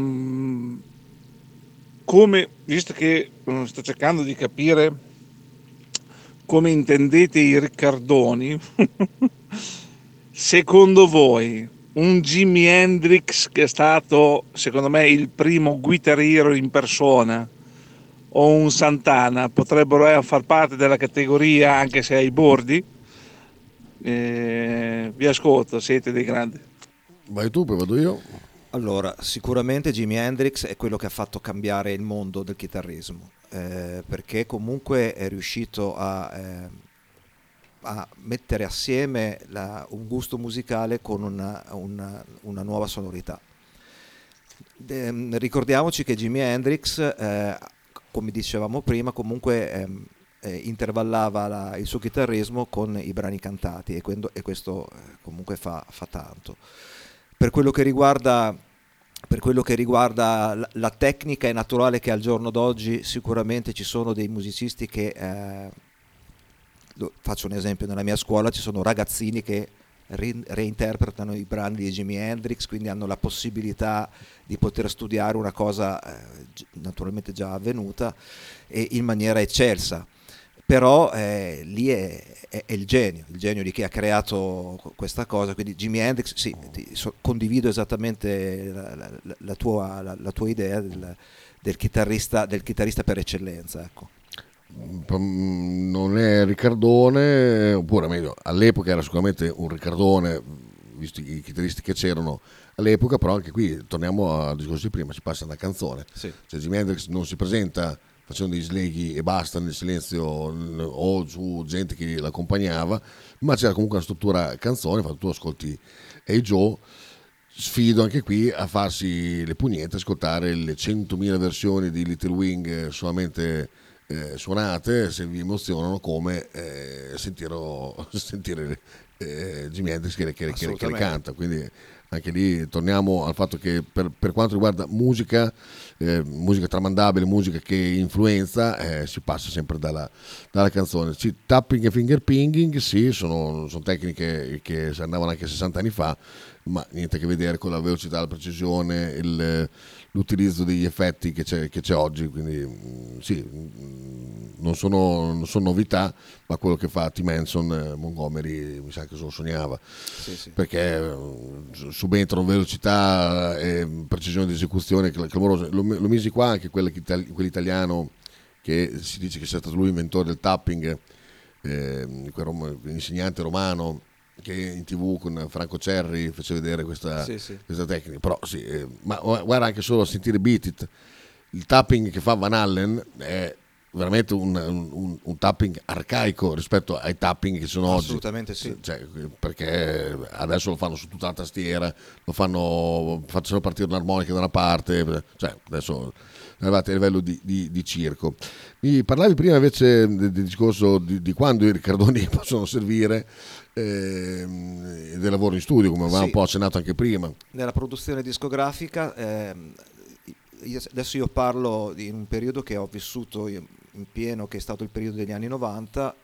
come, visto che sto cercando di capire come intendete i Riccardoni, secondo voi un Jimi Hendrix, che è stato secondo me il primo guitar hero in persona, o un Santana potrebbero far parte della categoria, anche se ai bordi? Vi ascolto, siete dei grandi. Vai tu, poi vado io. Allora, sicuramente Jimi Hendrix è quello che ha fatto cambiare il mondo del chitarrismo, perché comunque è riuscito a mettere assieme un gusto musicale con una nuova sonorità. Ricordiamoci che Jimi Hendrix, come dicevamo prima, comunque intervallava il suo chitarrismo con i brani cantati, e questo comunque fa tanto. Per quello che riguarda la tecnica e naturale che al giorno d'oggi, sicuramente ci sono dei musicisti che, faccio un esempio, nella mia scuola ci sono ragazzini che reinterpretano i brani di Jimi Hendrix, quindi hanno la possibilità di poter studiare una cosa naturalmente già avvenuta e in maniera eccelsa. Però lì è il genio di chi ha creato questa cosa, quindi Jimi Hendrix, sì, condivido esattamente la tua idea del chitarrista per eccellenza, ecco. Non è Riccardone, oppure meglio, all'epoca era sicuramente un Riccardone, visto i chitarristi che c'erano all'epoca, però anche qui torniamo al discorso di prima, si passa una canzone. Sì. Cioè Jimi Hendrix non si presenta facendo degli sleghi e basta nel silenzio o su gente che l'accompagnava, ma c'era comunque una struttura canzone. Infatti tu ascolti Hey Joe, sfido anche qui a farsi le pugnette, ascoltare le 100.000 versioni di Little Wing solamente suonate, se vi emozionano, come sentire Jimi Hendrix che le canta. Quindi anche lì torniamo al fatto che per quanto riguarda musica tramandabile, musica che influenza, si passa sempre dalla canzone. Sì, tapping e finger pinging, sì, sono tecniche che andavano anche 60 anni fa, ma niente a che vedere con la velocità, la precisione, l'utilizzo degli effetti che c'è oggi. Quindi sì, non sono novità, ma quello che fa Tim Henson, Montgomery, mi sa che se lo sognava, sì. Perché subentrano velocità e precisione di esecuzione clamorosa. Lo misi qua anche quell'italiano che si dice che sia stato lui inventore del tapping, insegnante romano, che in TV con Franco Cerri fece vedere questa tecnica. Però sì, ma guarda, anche solo a sentire Beat It, il tapping che fa Van Halen è veramente un tapping arcaico rispetto ai tapping che sono oggi. Assolutamente sì. Cioè, perché adesso lo fanno su tutta la tastiera, facciano partire un'armonica da una parte, cioè adesso arrivati a livello di circo. Mi parlavi prima invece del discorso di quando i Riccardoni possono servire, del lavoro in studio, come avevamo un po' accennato anche prima. Nella produzione discografica, adesso io parlo di un periodo che ho vissuto in pieno, che è stato il periodo degli anni 90.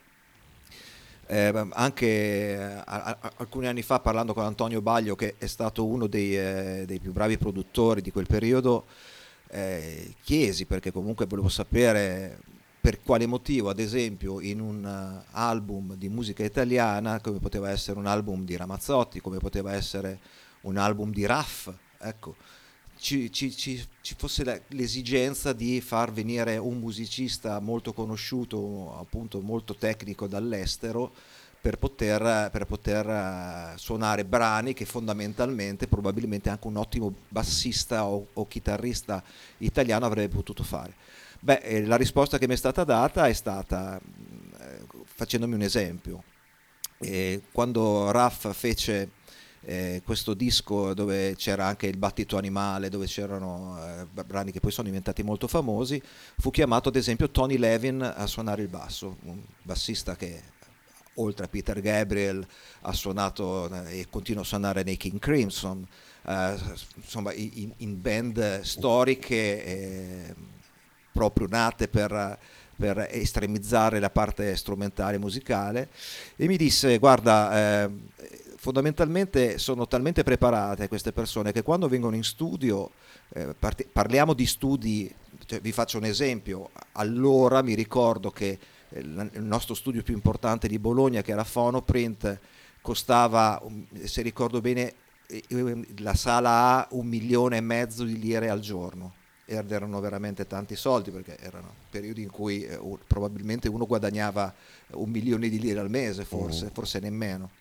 Anche alcuni anni fa, parlando con Antonio Baglio, che è stato uno dei più bravi produttori di quel periodo, chiesi, perché comunque volevo sapere per quale motivo, ad esempio, in un album di musica italiana, come poteva essere un album di Ramazzotti, come poteva essere un album di Raff, ecco, ci fosse l'esigenza di far venire un musicista molto conosciuto, appunto molto tecnico dall'estero, per poter suonare brani che fondamentalmente probabilmente anche un ottimo bassista o chitarrista italiano avrebbe potuto fare. La risposta che mi è stata data è stata facendomi un esempio. Quando Raff fece questo disco, dove c'era anche il Battito Animale, dove c'erano brani che poi sono diventati molto famosi, fu chiamato ad esempio Tony Levin a suonare il basso, un bassista che oltre a Peter Gabriel ha suonato e continua a suonare nei King Crimson, insomma in band storiche, proprio nate per estremizzare la parte strumentale musicale, e mi disse: guarda, fondamentalmente sono talmente preparate queste persone che quando vengono in studio, parliamo di studi, cioè, vi faccio un esempio. Allora mi ricordo che il nostro studio più importante di Bologna, che era Phonoprint, costava, se ricordo bene, la sala A 1,5 milioni di lire al giorno. Erano veramente tanti soldi, perché erano periodi in cui probabilmente uno guadagnava 1 milione di lire al mese, forse nemmeno.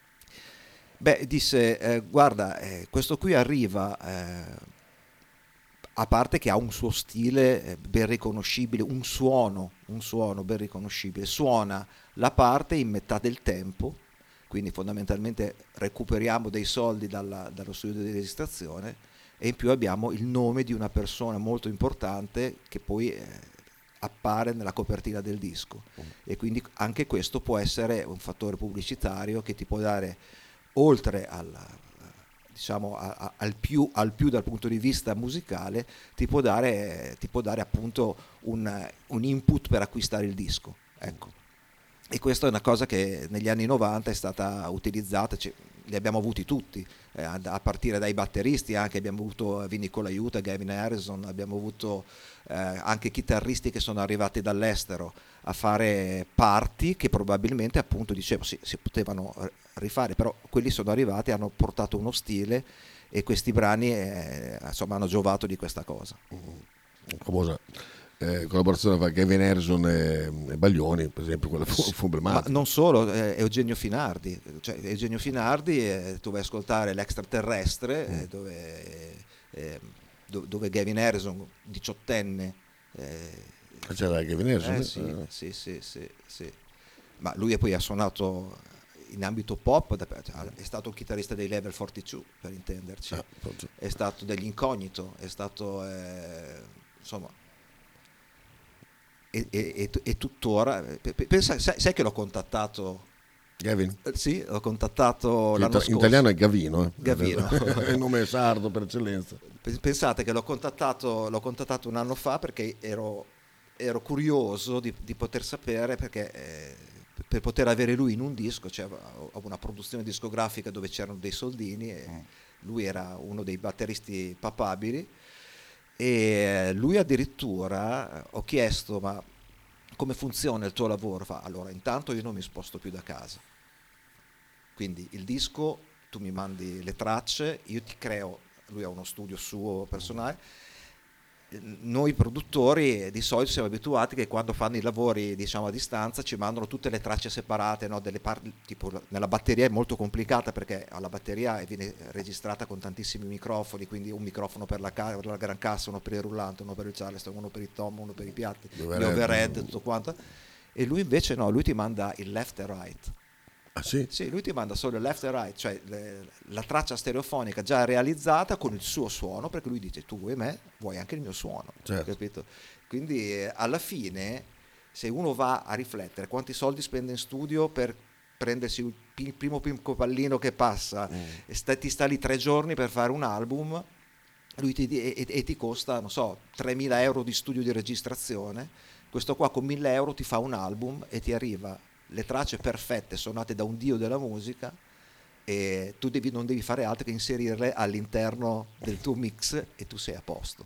Disse: guarda, questo qui arriva, a parte che ha un suo stile ben riconoscibile, un suono ben riconoscibile, suona la parte in metà del tempo, quindi fondamentalmente recuperiamo dei soldi dallo studio di registrazione, e in più abbiamo il nome di una persona molto importante che poi appare nella copertina del disco, e quindi anche questo può essere un fattore pubblicitario che ti può dare, oltre al più dal punto di vista musicale, ti può dare appunto un input per acquistare il disco, ecco. E questa è una cosa che negli anni 90 è stata utilizzata, li abbiamo avuti tutti, a partire dai batteristi, anche abbiamo avuto Vinny Colaiuta, Gavin Harrison, abbiamo avuto anche chitarristi che sono arrivati dall'estero a fare parti che probabilmente, appunto, dicevo, si potevano rifare, però quelli sono arrivati, hanno portato uno stile, e questi brani insomma hanno giovato di questa cosa. Famosa collaborazione tra Gavin Harrison e Baglioni, per esempio, quella fu emblematica. Ma non solo, Eugenio Finardi, cioè Eugenio Finardi, tu vai a ascoltare L'Extraterrestre, dove Gavin Harrison, 18enne, c'era Gavin Harrison? Sì. Ma lui poi ha suonato in ambito pop, è stato il chitarrista dei Level 42, per intenderci, è stato degli Incognito, è stato insomma, e tuttora pensa, sai che l'ho contattato, Gavin? Sì, l'ho contattato l'anno scorso. In italiano è Gavino, Gavino. È il nome sardo per eccellenza. Pensate che l'ho contattato un anno fa, perché ero curioso di poter sapere, perché per poter avere lui in un disco, cioè, ho una produzione discografica dove c'erano dei soldini, e lui era uno dei batteristi papabili, e lui addirittura, ho chiesto: ma come funziona il tuo lavoro? Fa: allora, intanto io non mi sposto più da casa, quindi il disco tu mi mandi le tracce, io ti creo, lui ha uno studio suo personale. Noi produttori di solito siamo abituati che quando fanno i lavori, diciamo, a distanza, ci mandano tutte le tracce separate, no? Delle parti, tipo nella batteria è molto complicata, perché alla batteria viene registrata con tantissimi microfoni, quindi un microfono per la gran cassa, uno per il rullante, uno per il charleston, uno per il tom, uno per i piatti, gli overhead, tutto quanto. E lui invece no, lui ti manda il left e right. Ah, sì? Sì, lui ti manda solo il left e right, cioè la traccia stereofonica già realizzata con il suo suono, perché lui dice: tu vuoi me, vuoi anche il mio suono, certo. Capito? Quindi alla fine, se uno va a riflettere quanti soldi spende in studio per prendersi il primo pallino che passa, e ti sta lì 3 giorni per fare un album, lui ti costa, non so, 3.000 euro di studio di registrazione, questo qua con 1.000 euro ti fa un album e ti arriva le tracce perfette suonate da un dio della musica, e tu non devi fare altro che inserirle all'interno del tuo mix e tu sei a posto.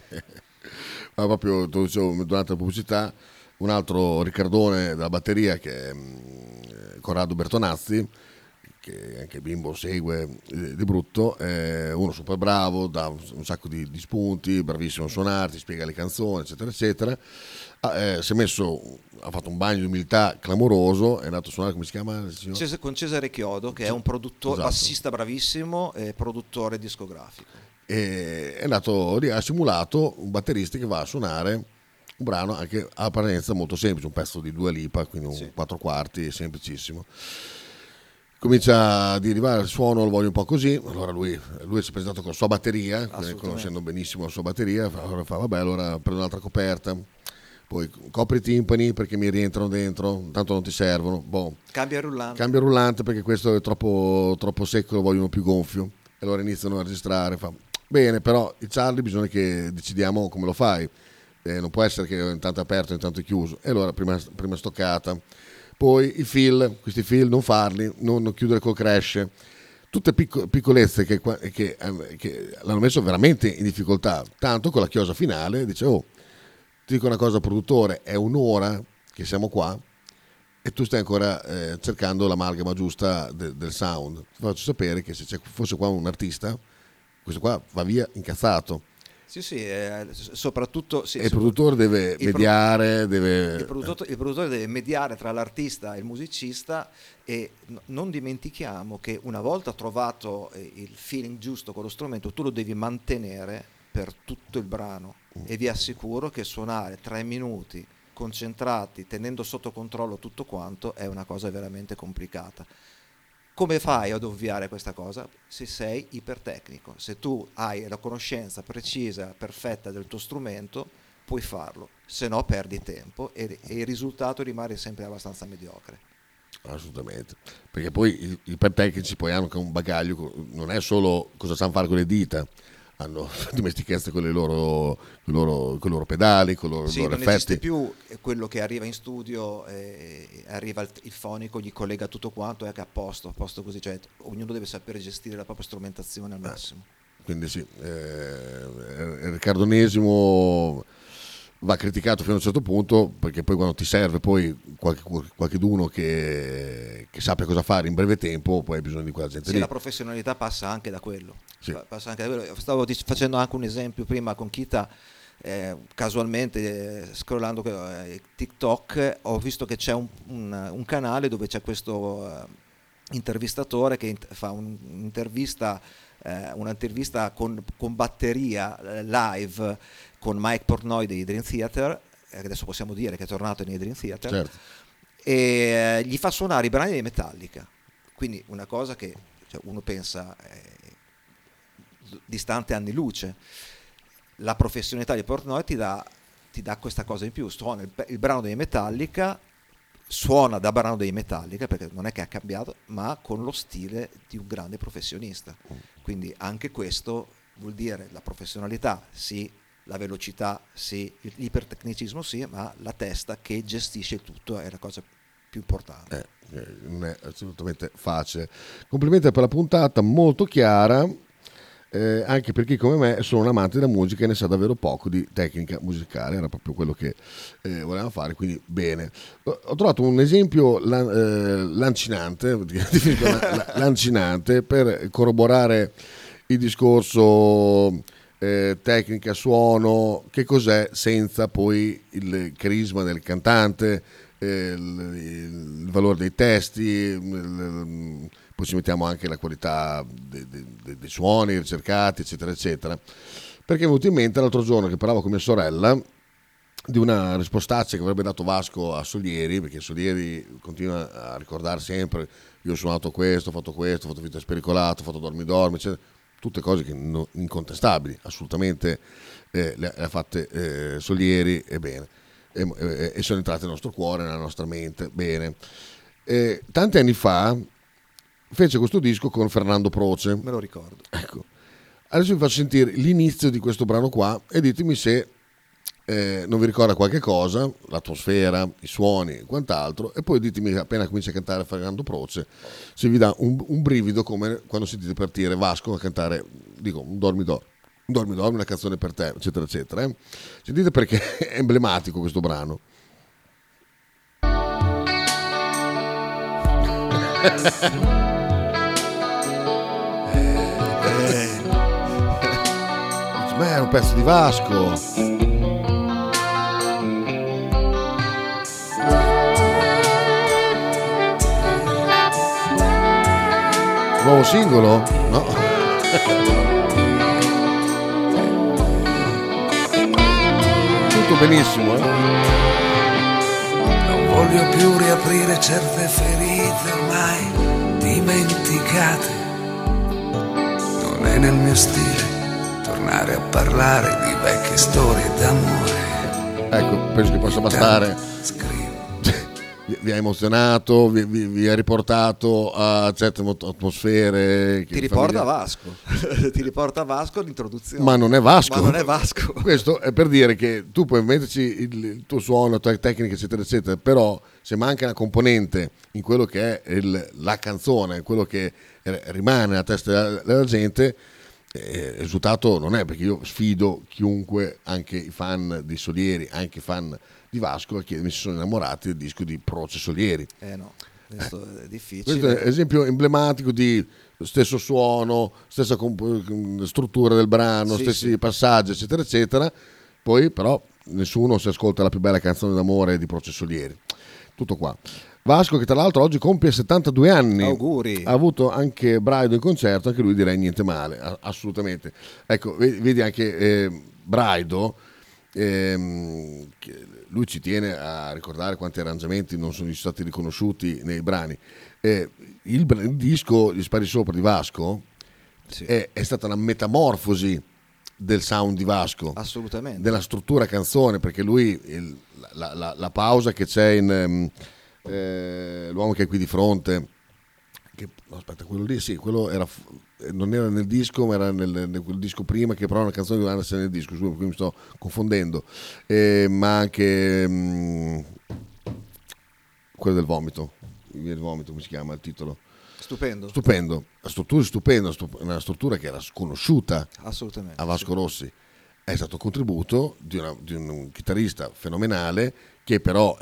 Ma proprio, durante la pubblicità, un altro Riccardone della batteria, che è Corrado Bertonazzi, che anche Bimbo segue di brutto, è uno super bravo, dà un sacco di spunti, bravissimo a suonare, ti spiega le canzoni, eccetera eccetera. Si è messo, ha fatto un bagno di umiltà clamoroso, è andato a suonare, come si chiama il signor? Con Cesare Chiodo, che è un produttore, esatto, bassista bravissimo e produttore discografico. E è andato lì, ha simulato un batterista che va a suonare un brano anche a apparenza molto semplice, un pezzo di Dua Lipa, quindi un 4 quarti, semplicissimo. Comincia a dire: va, il suono lo voglio un po' così. Allora lui si è presentato con la sua batteria, conoscendo benissimo la sua batteria, vabbè, allora prendo un'altra coperta, poi copri i timpani perché mi rientrano dentro, tanto non ti servono. Cambia il rullante. Cambia il rullante perché questo è troppo secco, lo vogliono più gonfio. E allora iniziano a registrare. Bene, però il Charlie bisogna che decidiamo come lo fai. Non può essere che intanto è aperto e intanto è chiuso. E allora prima stoccata. Poi i fill, questi fill non farli, non chiudere col crash, tutte piccolezze che l'hanno messo veramente in difficoltà, tanto con la chiosa finale dice: oh, ti dico una cosa, produttore, è un'ora che siamo qua e tu stai ancora cercando l'amalgama giusta del sound. Ti faccio sapere che se fosse qua un artista, questo qua va via incazzato. Sì, soprattutto il produttore deve mediare, il produttore deve mediare tra l'artista e il musicista, e non dimentichiamo che una volta trovato il feeling giusto con lo strumento, tu lo devi mantenere per tutto il brano, e vi assicuro che suonare 3 minuti concentrati, tenendo sotto controllo tutto quanto, è una cosa veramente complicata. Come fai ad ovviare questa cosa? Se sei ipertecnico, se tu hai la conoscenza precisa, perfetta del tuo strumento, puoi farlo, se no perdi tempo e il risultato rimane sempre abbastanza mediocre. Assolutamente, perché poi i ipertecnici poi hanno anche un bagaglio, non è solo cosa sanno fare con le dita, hanno dimestichezza con i loro pedali, con i loro non effetti. esiste più quello che arriva in studio, arriva il fonico, gli collega tutto quanto e che è a posto così, cioè ognuno deve sapere gestire la propria strumentazione al massimo. Quindi sì, il cardonesimo va criticato fino a un certo punto, perché poi quando ti serve poi qualcheduno che sappia cosa fare in breve tempo, poi hai bisogno di quella gente lì. La professionalità passa anche da quello. Sì. Stavo facendo anche un esempio prima con Kita, casualmente scrollando TikTok ho visto che c'è un canale dove c'è questo intervistatore che fa un'intervista con batteria live con Mike Portnoy dei Dream Theater, adesso possiamo dire che è tornato nei Dream Theater, certo. E gli fa suonare i brani di Metallica, quindi una cosa che uno pensa distante anni luce. La professionalità di Portnoy ti dà questa cosa in più, suona il brano dei Metallica, suona da brano dei Metallica, perché non è che ha cambiato, ma con lo stile di un grande professionista. Quindi anche questo vuol dire la professionalità, sì, la velocità, sì, l'ipertecnicismo, sì, ma la testa che gestisce tutto è la cosa più importante. Non è assolutamente facile. Complimenti per la puntata, molto chiara. Anche per chi come me è solo un amante della musica e ne sa davvero poco di tecnica musicale, era proprio quello che volevamo fare, quindi bene. Ho trovato un esempio lancinante per corroborare il discorso tecnica, suono, che cos'è senza poi il carisma del cantante, il valore dei testi, poi ci mettiamo anche la qualità dei suoni ricercati, eccetera eccetera. Perché mi è venuto in mente l'altro giorno che parlavo con mia sorella di una rispostaccia che avrebbe dato Vasco a Solieri, perché Solieri continua a ricordare sempre: io ho suonato questo, ho fatto Vita Spericolato, ho fatto Dormi Dormi, eccetera. Tutte cose che incontestabili, assolutamente le ha fatte Solieri, e bene, e sono entrate nel nostro cuore, nella nostra mente, bene. Tanti anni fa fece questo disco con Fernando Proce. Me lo ricordo. Ecco. Adesso vi faccio sentire l'inizio di questo brano qua e ditemi se non vi ricorda qualche cosa, l'atmosfera, i suoni e quant'altro, e poi ditemi appena comincia a cantare Fernando Proce se vi dà un brivido, come quando sentite partire Vasco a cantare, dico, un Dormi Dormi, una canzone per te, eccetera eccetera. Sentite perché è emblematico questo brano. Beh, è un pezzo di Vasco. Nuovo singolo? No. Tutto benissimo, Non voglio più riaprire certe ferite ormai dimenticate. Non è nel mio stile tornare a parlare di vecchie storie d'amore. Ecco, penso che possa bastare. Vi ha emozionato, vi ha riportato a certe atmosfere. Ti riporta Vasco. Ti riporta Vasco l'introduzione. Ma non è Vasco. Questo è per dire che tu puoi metterci il tuo suono, la tua tecnica, eccetera, eccetera, però se manca una componente in quello che è la canzone, quello che rimane nella testa della gente, il risultato non è, perché io sfido chiunque, anche i fan di Solieri, anche i fan di Vasco, a chiedermi se sono innamorati del disco di Proce Solieri. No, questo è difficile. Questo è un esempio emblematico di stesso suono, stessa struttura del brano, stessi passaggi, eccetera eccetera. Poi però nessuno si ascolta la più bella canzone d'amore di Proce Solieri. Tutto qua. Vasco, che tra l'altro oggi compie 72 anni. Auguri. Ha avuto anche Braido in concerto, anche lui direi niente male, assolutamente. Ecco, vedi anche Braido, lui ci tiene a ricordare quanti arrangiamenti non sono stati riconosciuti nei brani. Il disco Gli spari sopra di Vasco è stata una metamorfosi del sound di Vasco, assolutamente, della struttura canzone, perché lui la pausa che c'è in L'uomo che è qui di fronte, No, aspetta, quello lì sì, quello era, non era nel disco, ma era nel quel disco prima, che però è una canzone che doveva essere nel disco, scusa, perché mi sto confondendo. Ma anche quello del vomito, come si chiama il titolo? Stupendo. La struttura è stupenda, una struttura che era sconosciuta assolutamente a Vasco Rossi. È stato contributo di un chitarrista fenomenale che però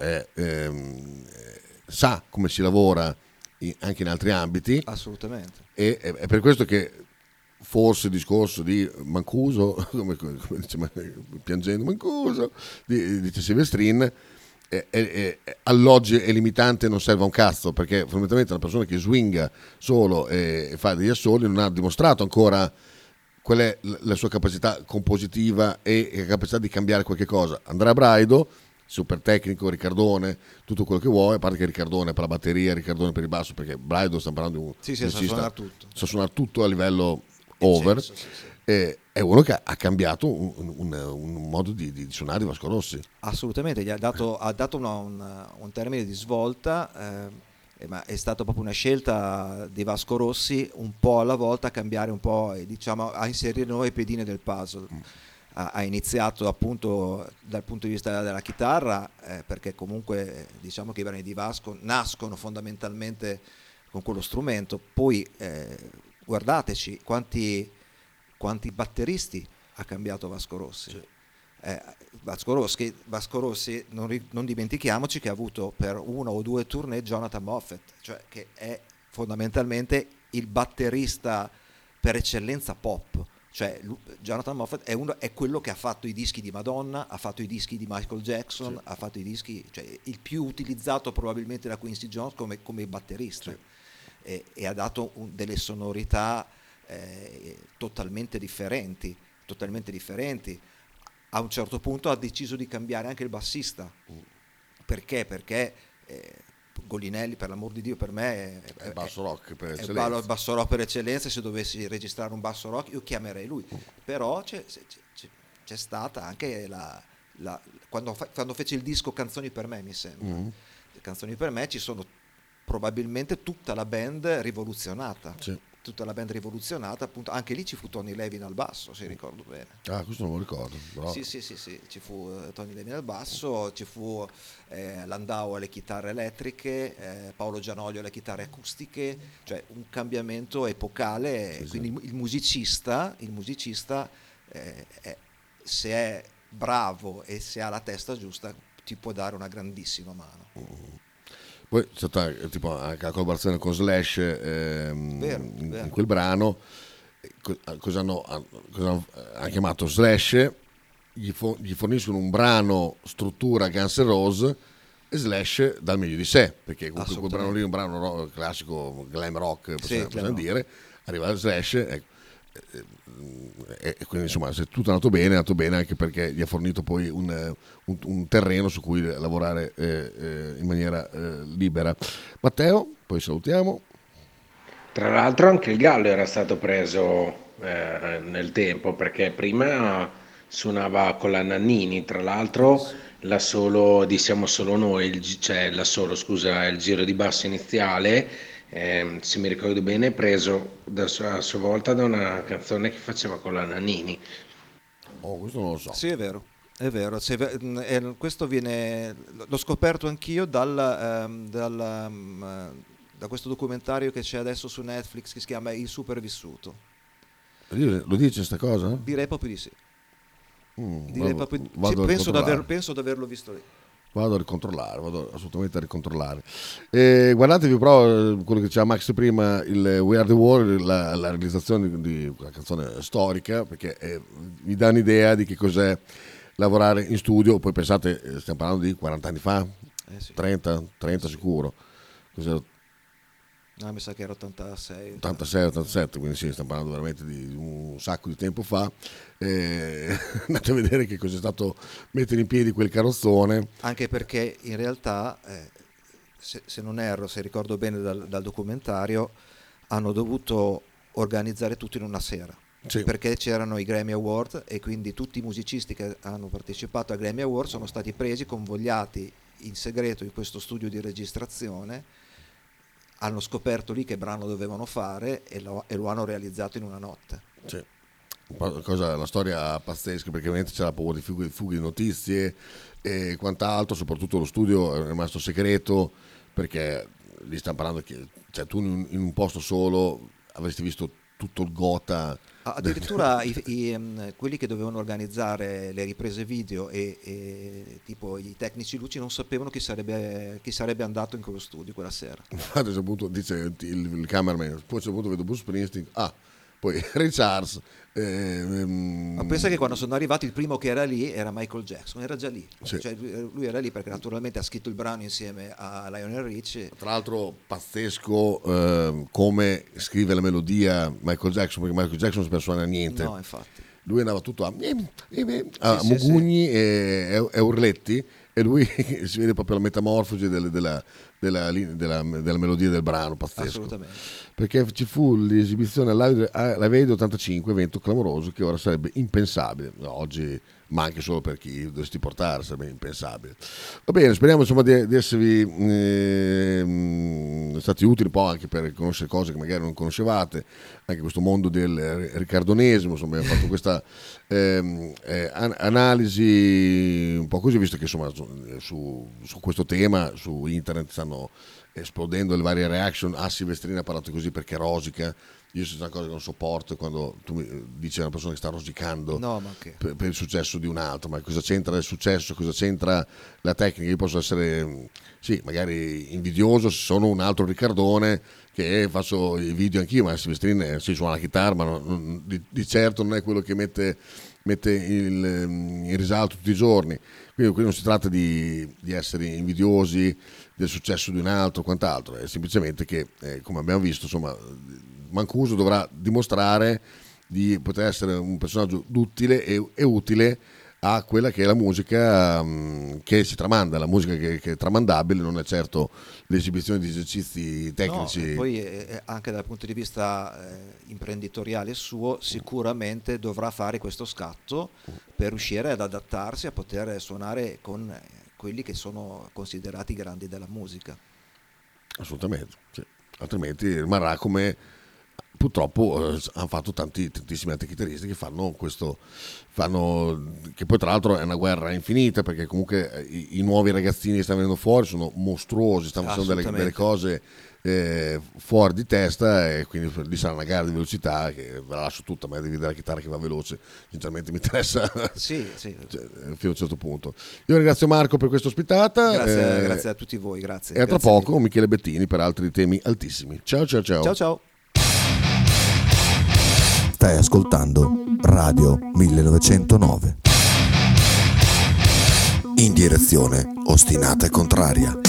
sa come si lavora anche in altri ambiti. Assolutamente. E è per questo che forse il discorso di Mancuso, come dice, piangendo Mancuso, dice Silvestrin, all'oggi è limitante, non serve a un cazzo, perché fondamentalmente una persona che swinga solo e fa degli assoli non ha dimostrato ancora qual è la sua capacità compositiva e la capacità di cambiare qualche cosa. Andrea Braido, super tecnico, Riccardone, tutto quello che vuoi, a parte che Riccardone per la batteria, Riccardone per il basso, perche Braido sta parlando di un sa suonare tutto a livello over, è uno che ha cambiato un modo di suonare di Vasco Rossi. Assolutamente, gli ha dato un termine di svolta, ma è stata proprio una scelta di Vasco Rossi un po' alla volta a cambiare un po', diciamo, a inserire nuove pedine del puzzle. Ha iniziato appunto dal punto di vista della chitarra, perché comunque diciamo che i brani di Vasco nascono fondamentalmente con quello strumento. Poi guardateci quanti batteristi ha cambiato Vasco Rossi. Sì. Vasco Rossi non dimentichiamoci che ha avuto per 1 o 2 tournée Jonathan Moffett, cioè che è fondamentalmente il batterista per eccellenza pop. Cioè Jonathan Moffett è quello che ha fatto i dischi di Madonna, ha fatto i dischi di Michael Jackson, sì. Ha fatto i dischi, cioè il più utilizzato probabilmente da Quincy Jones come batterista, sì. E ha dato delle sonorità totalmente differenti. A un certo punto ha deciso di cambiare anche il bassista. Perché? Perché Golinelli, per l'amor di Dio, per me è basso rock per eccellenza. È basso rock per eccellenza. Se dovessi registrare un basso rock io chiamerei lui. Però c'è stata anche quando fece il disco Canzoni per me, mi sembra. Canzoni per me, ci sono probabilmente tutta la band rivoluzionata. Sì. Tutta la band rivoluzionata, appunto, anche lì ci fu Tony Levin al basso, se ricordo bene. Ah, questo non lo ricordo. Però... Sì, ci fu Tony Levin al basso, ci fu Landau alle chitarre elettriche, Paolo Gianoglio alle chitarre acustiche, cioè un cambiamento epocale, sì, quindi il musicista se è bravo e se ha la testa giusta ti può dare una grandissima mano. Poi c'è stata tipo anche la collaborazione con Slash in quel brano. Cosa hanno chiamato Slash? Gli forniscono un brano struttura Guns N' Roses e Slash dal meglio di sé, perché quel brano lì è un brano classico glam rock, possiamo dire. Arriva Slash e quindi insomma, se tutto è andato bene anche perché gli ha fornito poi un terreno su cui lavorare in maniera libera. Matteo, poi salutiamo. Tra l'altro anche il Gallo era stato preso nel tempo, perché prima suonava con la Nannini, tra l'altro la solo di Siamo Solo Noi, il giro di basso iniziale, se mi ricordo bene, preso a sua volta da una canzone che faceva con la Nannini. Questo non lo so. Sì, è vero. Questo l'ho scoperto anch'io da questo documentario che c'è adesso su Netflix che si chiama Il Supervissuto. Lo dice sta cosa? Direi proprio di sì. Penso di averlo visto lì. Vado assolutamente a ricontrollare. Guardatevi però quello che diceva Max prima, il We Are The World, la realizzazione di una canzone storica, perché vi dà un'idea di che cos'è lavorare in studio. Poi pensate, stiamo parlando di 40 anni fa, sì. 30 sicuro. No, mi sa che era 86. 87, quindi sì, stiamo parlando veramente di un sacco di tempo fa. Andate a vedere che cosa è stato mettere in piedi quel carrozzone. Anche perché in realtà, se non erro, se ricordo bene dal documentario, hanno dovuto organizzare tutto in una sera. Sì. Perché c'erano i Grammy Award e quindi tutti i musicisti che hanno partecipato ai Grammy Award sono stati presi, convogliati in segreto in questo studio di registrazione hanno scoperto lì che brano dovevano fare e lo hanno realizzato in una notte. Sì. Una storia pazzesca, perché ovviamente c'era paura di fughe di notizie e quant'altro, soprattutto lo studio è rimasto segreto, perché lì stiamo parlando che tu in un posto solo avresti visto tutto il gotha. Addirittura quelli che dovevano organizzare le riprese video e tipo i tecnici luci non sapevano chi sarebbe andato in quello studio quella sera. Ad esempio, dice il cameraman, poi a un certo punto vedo Bruce Springsteen, poi Ray Charles. Ma pensa che quando sono arrivati il primo che era lì era Michael Jackson, era già lì. Sì. Cioè, lui era lì perché naturalmente ha scritto il brano insieme a Lionel Richie. Tra l'altro pazzesco come scrive la melodia Michael Jackson, perché Michael Jackson non si suona niente. No, infatti. Lui andava tutto a mugugni e urletti, e lui si vede proprio la metamorfosi della melodia del brano, pazzesco. Assolutamente. Perché ci fu l'esibizione all'Aid 85, evento clamoroso che ora sarebbe impensabile, oggi, ma anche solo per chi dovresti portare sarebbe impensabile. Va bene, speriamo insomma di esservi stati utili un po' anche per conoscere cose che magari non conoscevate, anche questo mondo del riccardonesimo, insomma abbiamo fatto questa analisi un po' così, visto che insomma su questo tema su internet stanno esplodendo le varie reaction. Silvestrina ha parlato così perché rosica. Io c'è una cosa che non sopporto, quando tu mi dici a una persona che sta rosicando per il successo di un altro, ma cosa c'entra il successo, cosa c'entra la tecnica? Io posso essere magari invidioso se sono un altro Riccardone che faccio i video anch'io, ma Silvestrin si suona la chitarra, ma di certo non è quello che mette in risalto tutti i giorni. Quindi qui non si tratta di essere invidiosi del successo di un altro o quant'altro, è semplicemente che come abbiamo visto, insomma, Mancuso dovrà dimostrare di poter essere un personaggio duttile e utile a quella che è la musica che si tramanda. La musica che è tramandabile non è certo l'esibizione di esercizi tecnici. No, e poi anche dal punto di vista imprenditoriale suo, sicuramente dovrà fare questo scatto per riuscire ad adattarsi a poter suonare con quelli che sono considerati grandi della musica. Assolutamente, sì. Altrimenti rimarrà come purtroppo hanno fatto tantissimi altri chitarristi che fanno questo, che poi tra l'altro è una guerra infinita, perché comunque i nuovi ragazzini che stanno venendo fuori sono mostruosi, stanno facendo delle cose fuori di testa, e quindi lì sarà una gara di velocità che ve la lascio tutta, ma devi vedere la chitarra che va veloce, sinceramente mi interessa fino a un certo punto. Io ringrazio Marco per questa ospitata, grazie a tutti voi, grazie. E a tra poco Michele Bettini per altri temi altissimi. Ciao. Ciao. Stai ascoltando Radio 1909. In direzione ostinata e contraria.